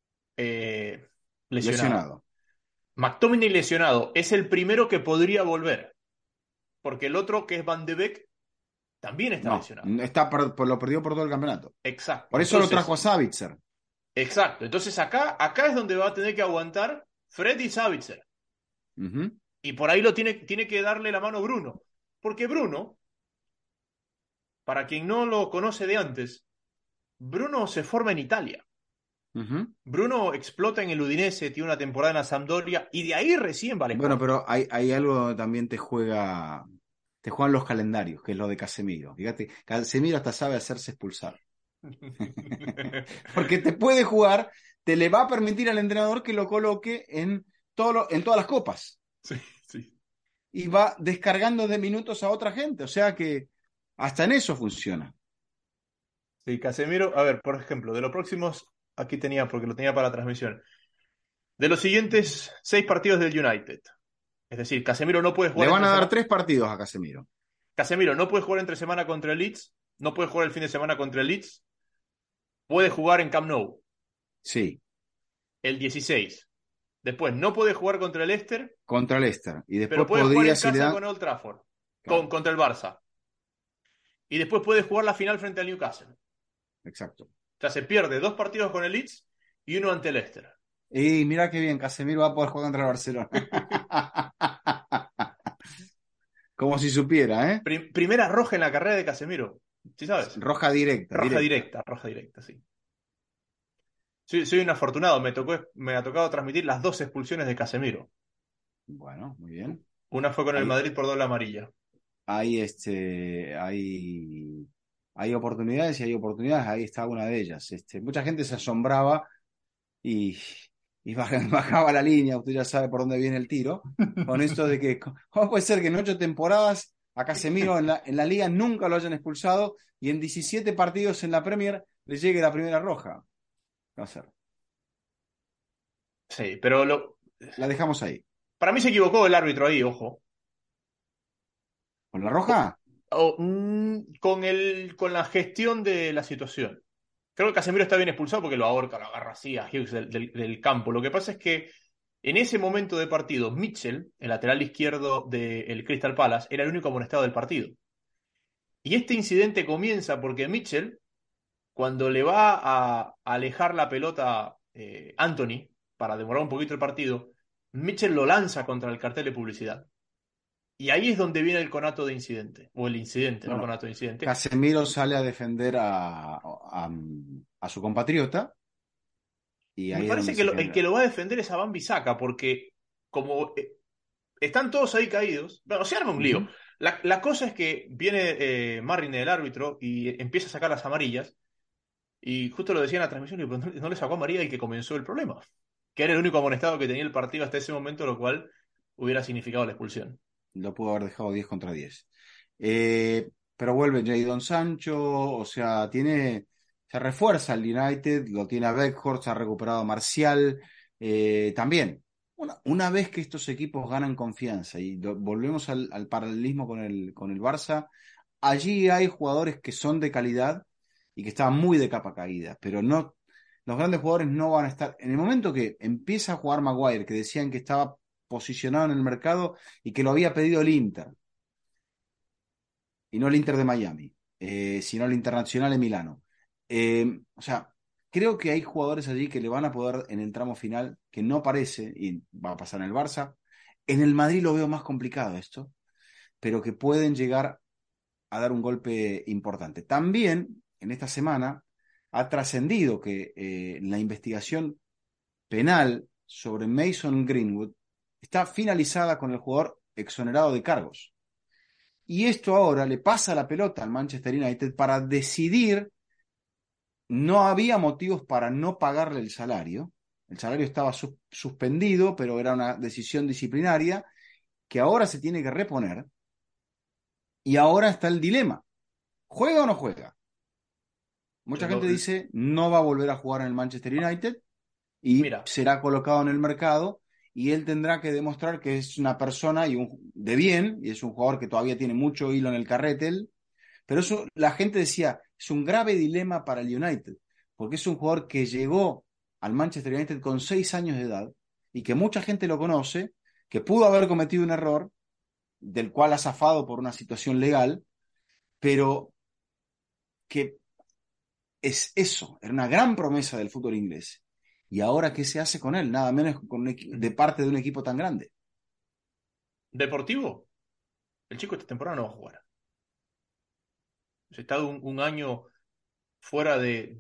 lesionado, Lesionado. McTominay lesionado. Es el primero que podría volver, porque el otro, que es Van de Beek, también está No, lesionado. lo perdió por todo el campeonato. Exacto. Por eso lo trajo a Sabitzer. Exacto. Entonces acá es donde va a tener que aguantar Fred y Sabitzer. Uh-huh. Y por ahí tiene que darle la mano Bruno. Porque Bruno, para quien no lo conoce de antes, Bruno se forma en Italia. Uh-huh. Bruno explota en el Udinese, tiene una temporada en la Sampdoria y de ahí recién va al Bueno, Sporting. pero hay algo también te juegan los calendarios, que es lo de Casemiro. Fíjate, Casemiro hasta sabe hacerse expulsar. Porque te puede jugar, te le va a permitir al entrenador que lo coloque en todas las copas. Sí, sí. Y va descargando de minutos a otra gente. O sea que hasta en eso funciona. Sí, Casemiro, a ver, por ejemplo, de los próximos, aquí tenía, porque lo tenía para la transmisión, de los siguientes 6 partidos del United. Es decir, Casemiro no puede Le jugar van entre a dar semana. 3 partidos a Casemiro. Casemiro no puede jugar entre semana contra el Leeds, no puede jugar el fin de semana contra el Leeds, puede jugar en Camp Nou Sí, el 16. Después no puede jugar contra el Leicester, contra el Leicester. Y pero después puede jugar podría, en si le casa dan. con Old Trafford, Claro, contra el Barça. Y después puede jugar la final frente al Newcastle. O exacto. sea, se pierde 2 partidos con el Leeds y uno ante el Leicester. Y mira qué bien, Casemiro va a poder jugar contra el Barcelona. Como si supiera, ¿eh? Primera roja en la carrera de Casemiro. ¿Sí sabes? Roja directa, directa. Roja directa, sí. Soy un afortunado, me ha tocado transmitir las 2 expulsiones de Casemiro. Bueno, muy bien. Una fue con el Hay, Madrid por doble amarilla. hay oportunidades y hay oportunidades. Ahí está una de ellas. Mucha gente se asombraba y, bajaba la línea. Usted ya sabe por dónde viene el tiro. Con esto de que, ¿cómo puede ser que en 8 temporadas a Casemiro en la liga nunca lo hayan expulsado y en 17 partidos en la Premier le llegue la primera roja? Va a ser. Sí, pero La dejamos ahí. para mí se equivocó el árbitro ahí, ojo. ¿Con la roja? Con la gestión de la situación. Creo que Casemiro está bien expulsado porque lo ahorca, lo agarra así a Hughes del campo. Lo que pasa es que en ese momento de partido, Mitchell, el lateral izquierdo del Crystal Palace, era el único amonestado del partido. Y este incidente comienza porque Mitchell, cuando le va a alejar la pelota Anthony, para demorar un poquito el partido, Mitchell lo lanza contra el cartel de publicidad. Y ahí es donde viene el conato de incidente, o el incidente, no Bueno, conato de incidente. Casemiro sale a defender a su compatriota y Y me ahí es donde parece que se el que genera. lo va a defender es a Van Bissaka, porque como están todos ahí caídos, bueno, se arma un lío. Ujú. La cosa es que viene Marrin, el árbitro, y empieza a sacar las amarillas, y justo lo decía en la transmisión, y no le sacó amarilla y que comenzó el problema. Que era el único amonestado que tenía el partido hasta ese momento, lo cual hubiera significado la expulsión. Lo pudo haber dejado 10 contra 10. Pero vuelve Jadon Sancho, o sea, se refuerza el United, lo tiene a Beckhorst, se ha recuperado a Marcial. También, una vez que estos equipos ganan confianza y volvemos al paralelismo con el Barça, allí hay jugadores que son de calidad y que estaban muy de capa caída, pero no, los grandes jugadores no van a estar. En el momento que empieza a jugar Maguire, que decían que estaba posicionado en el mercado y que lo había pedido el Inter, y no el Inter de Miami, sino el Internacional de Milano. O sea, creo que hay jugadores allí que le van a poder en el tramo final, que no parece, y va a pasar en el Barça. En el Madrid lo veo más complicado esto, pero que pueden llegar a dar un golpe importante. También, en esta semana, ha trascendido que la investigación penal sobre Mason Greenwood está finalizada con el jugador exonerado de cargos. Y esto ahora le pasa la pelota al Manchester United para decidir, no había motivos para no pagarle el salario estaba suspendido, pero era una decisión disciplinaria que ahora se tiene que reponer y ahora está el dilema, ¿juega o no juega? Mucha Lo- gente dice no va a volver a jugar en el Manchester United y Mira, será colocado en el mercado y él tendrá que demostrar que es una persona de bien y es un jugador que todavía tiene mucho hilo en el carretel. Pero eso la gente decía, es un grave dilema para el United, porque es un jugador que llegó al Manchester United con 6 años de edad y que mucha gente lo conoce, que pudo haber cometido un error, del cual ha zafado por una situación legal, pero que es eso, era una gran promesa del fútbol inglés. ¿Y ahora qué se hace con él? Nada menos de parte de un equipo tan grande. Deportivo, el chico esta temporada no va a jugar. Ha estado un año fuera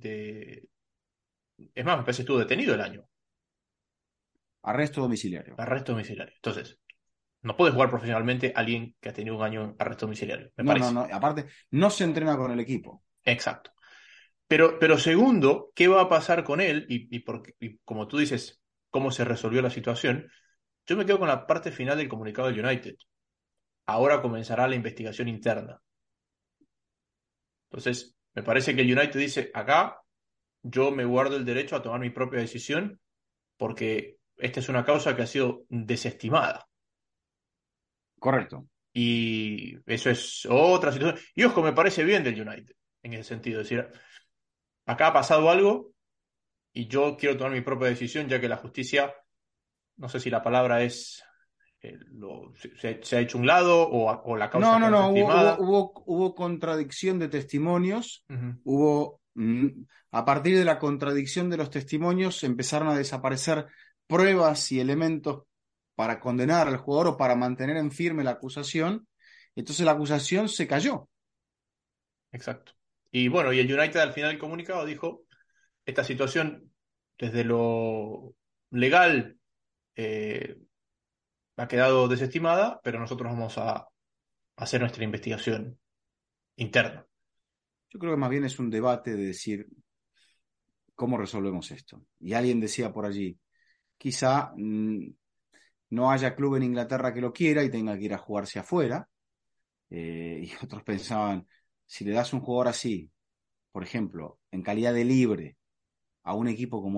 Es más, me parece que estuvo detenido el año. Arresto domiciliario. Arresto domiciliario. Entonces, no puede jugar profesionalmente alguien que ha tenido un año en arresto domiciliario, me No, no, parece. no. Aparte, no se entrena con el equipo. Exacto. Pero segundo, ¿qué va a pasar con él? Y como tú dices, ¿cómo se resolvió la situación? Yo me quedo con la parte final del comunicado del United. Ahora comenzará la investigación interna. Entonces, me parece que el United dice, acá yo me guardo el derecho a tomar mi propia decisión porque esta es una causa que ha sido desestimada. Correcto. Y eso es otra situación. Y ojo, me parece bien del United en ese sentido. Es decir, acá ha pasado algo y yo quiero tomar mi propia decisión ya que la justicia, no sé si la palabra es, se ha hecho un lado o la causa No, no, está no. desestimada. Hubo contradicción de testimonios. Ujú. A partir de la contradicción de los testimonios, empezaron a desaparecer pruebas y elementos para condenar al jugador o para mantener en firme la acusación. Entonces la acusación se cayó. Exacto. Y bueno, y el United al final del comunicado dijo, esta situación desde lo legal eh, ha quedado desestimada, pero nosotros vamos a hacer nuestra investigación interna. Yo creo que más bien es un debate de decir cómo resolvemos esto. Y alguien decía por allí, quizá no haya club en Inglaterra que lo quiera y tenga que ir a jugarse afuera. Y otros pensaban, si le das un jugador así, por ejemplo, en calidad de libre a un equipo como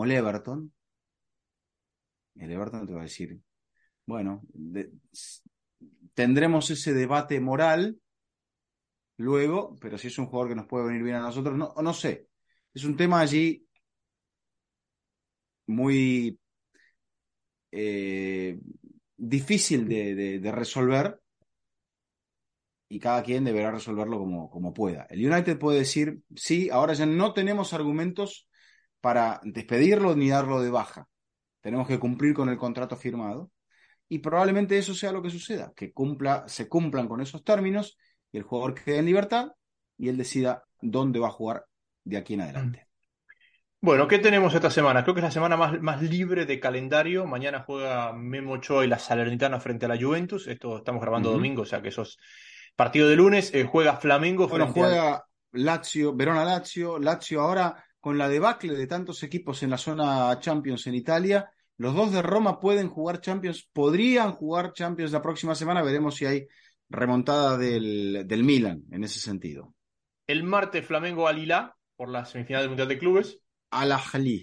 el Everton te va a decir, bueno, tendremos ese debate moral luego, pero si es un jugador que nos puede venir bien a nosotros, no, no sé. Es un tema allí muy eh, difícil de resolver y cada quien deberá resolverlo como pueda. El United puede decir, sí, ahora ya no tenemos argumentos para despedirlo ni darlo de baja. Tenemos que cumplir con el contrato firmado y probablemente eso sea lo que suceda, que se cumplan con esos términos y el jugador quede en libertad y él decida dónde va a jugar de aquí en Mm. adelante. Bueno, ¿qué tenemos esta semana? Creo que es la semana más libre de calendario. Mañana juega Memo Ochoa y la Salernitana frente a la Juventus. Esto estamos grabando Ujú. domingo, o sea que eso es partido de lunes. Juega Flamengo Bueno, frente al... juega Lazio, Verona-Lazio, Lazio ahora con la debacle de tantos equipos en la zona Champions en Italia. Los dos de Roma pueden jugar Champions, podrían jugar Champions la próxima semana. Veremos si hay remontada del Milan en ese sentido. El martes Flamengo al Hilá por la semifinal del Mundial de Clubes. Al Ahly,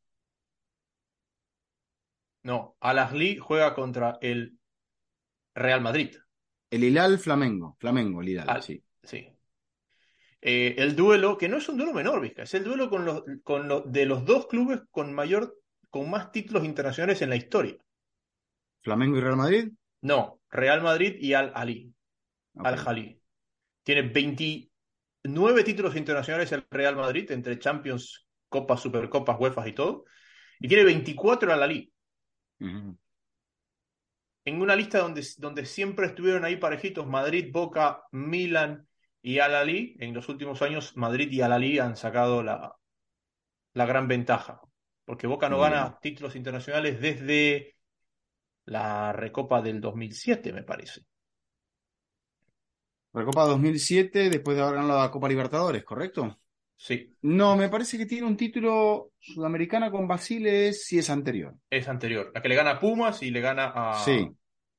No, Al Ahly juega contra el Real Madrid. el Hilal Flamengo, el Hilal, sí. Sí. El duelo, que no es un duelo menor, Vizca, es el duelo de los dos clubes con más títulos internacionales en la historia. Flamengo y Real Madrid, No, Real Madrid y Al Ahly. ok. Al Ahly. Tiene 29 títulos internacionales el Real Madrid, entre Champions, Copas, Supercopas, UEFA y todo. Y tiene 24 Al Ahly. Ujú. En una lista donde siempre estuvieron ahí parejitos, Madrid, Boca, Milan y Al Ahly. En los últimos años, Madrid y Al Ahly han sacado la gran ventaja. Porque Boca no Bien. gana títulos internacionales desde la Recopa del 2007, me parece. Recopa 2007, después de haber ganado la Copa Libertadores, ¿correcto? Sí, No, me parece que tiene un título sudamericana con Basile, si es anterior. es anterior. La que le gana a Pumas y Sí,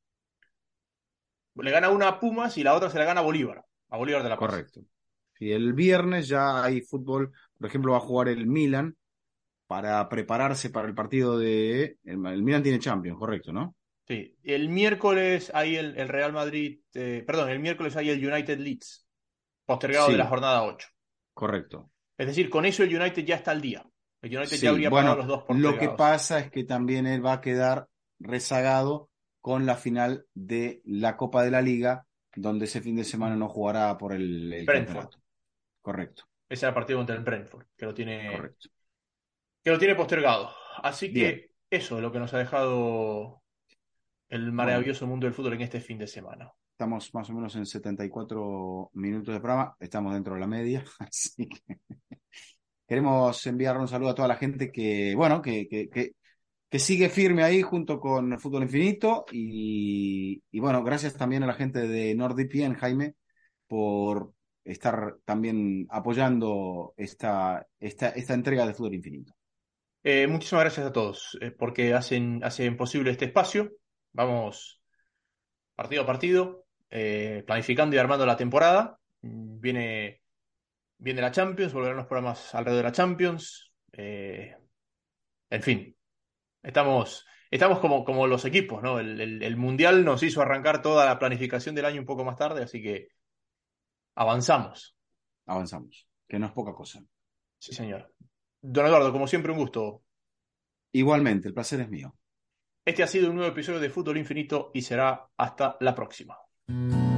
le gana una a Pumas y la otra se la gana a Bolívar de La Paz. correcto. Y el viernes ya hay fútbol, por ejemplo, va a jugar el Milan para prepararse para el partido de... El Milan tiene Champions, correcto, ¿no? Sí, el miércoles hay el Real Madrid, perdón, el miércoles hay el United Leeds, postergado de la Sí, jornada 8. correcto. Es decir, con eso el United ya está al día. El United ya Sí, habría pagado bueno, los dos lo que postergados. pasa es que también él va a quedar rezagado con la final de la Copa de la Liga donde ese fin de semana no jugará por el Brentford. campeonato. Correcto, Ese era el partido contra el Brentford, correcto. que lo tiene postergado. Así Bien, que eso es lo que nos ha dejado el bueno, maravilloso mundo del fútbol en este fin de semana. estamos más o menos en 74 minutos de programa, estamos dentro de la media, así que queremos enviar un saludo a toda la gente que, bueno, que sigue firme ahí junto con el Fútbol Infinito y bueno, gracias también a la gente de NordVPN, Jaime, por estar también apoyando esta entrega de Fútbol Infinito. Muchísimas gracias a todos porque hacen posible este espacio. Vamos partido a partido, planificando y armando la temporada. Viene la Champions, volverán los programas alrededor de la Champions. En fin, estamos como los equipos, ¿no? El Mundial nos hizo arrancar toda la planificación del año un poco más tarde, así que avanzamos. Avanzamos, que no es poca cosa. Sí, señor. Don Eduardo, como siempre, un gusto. Igualmente, el placer es mío. Este ha sido un nuevo episodio de Fútbol Infinito y será hasta la próxima.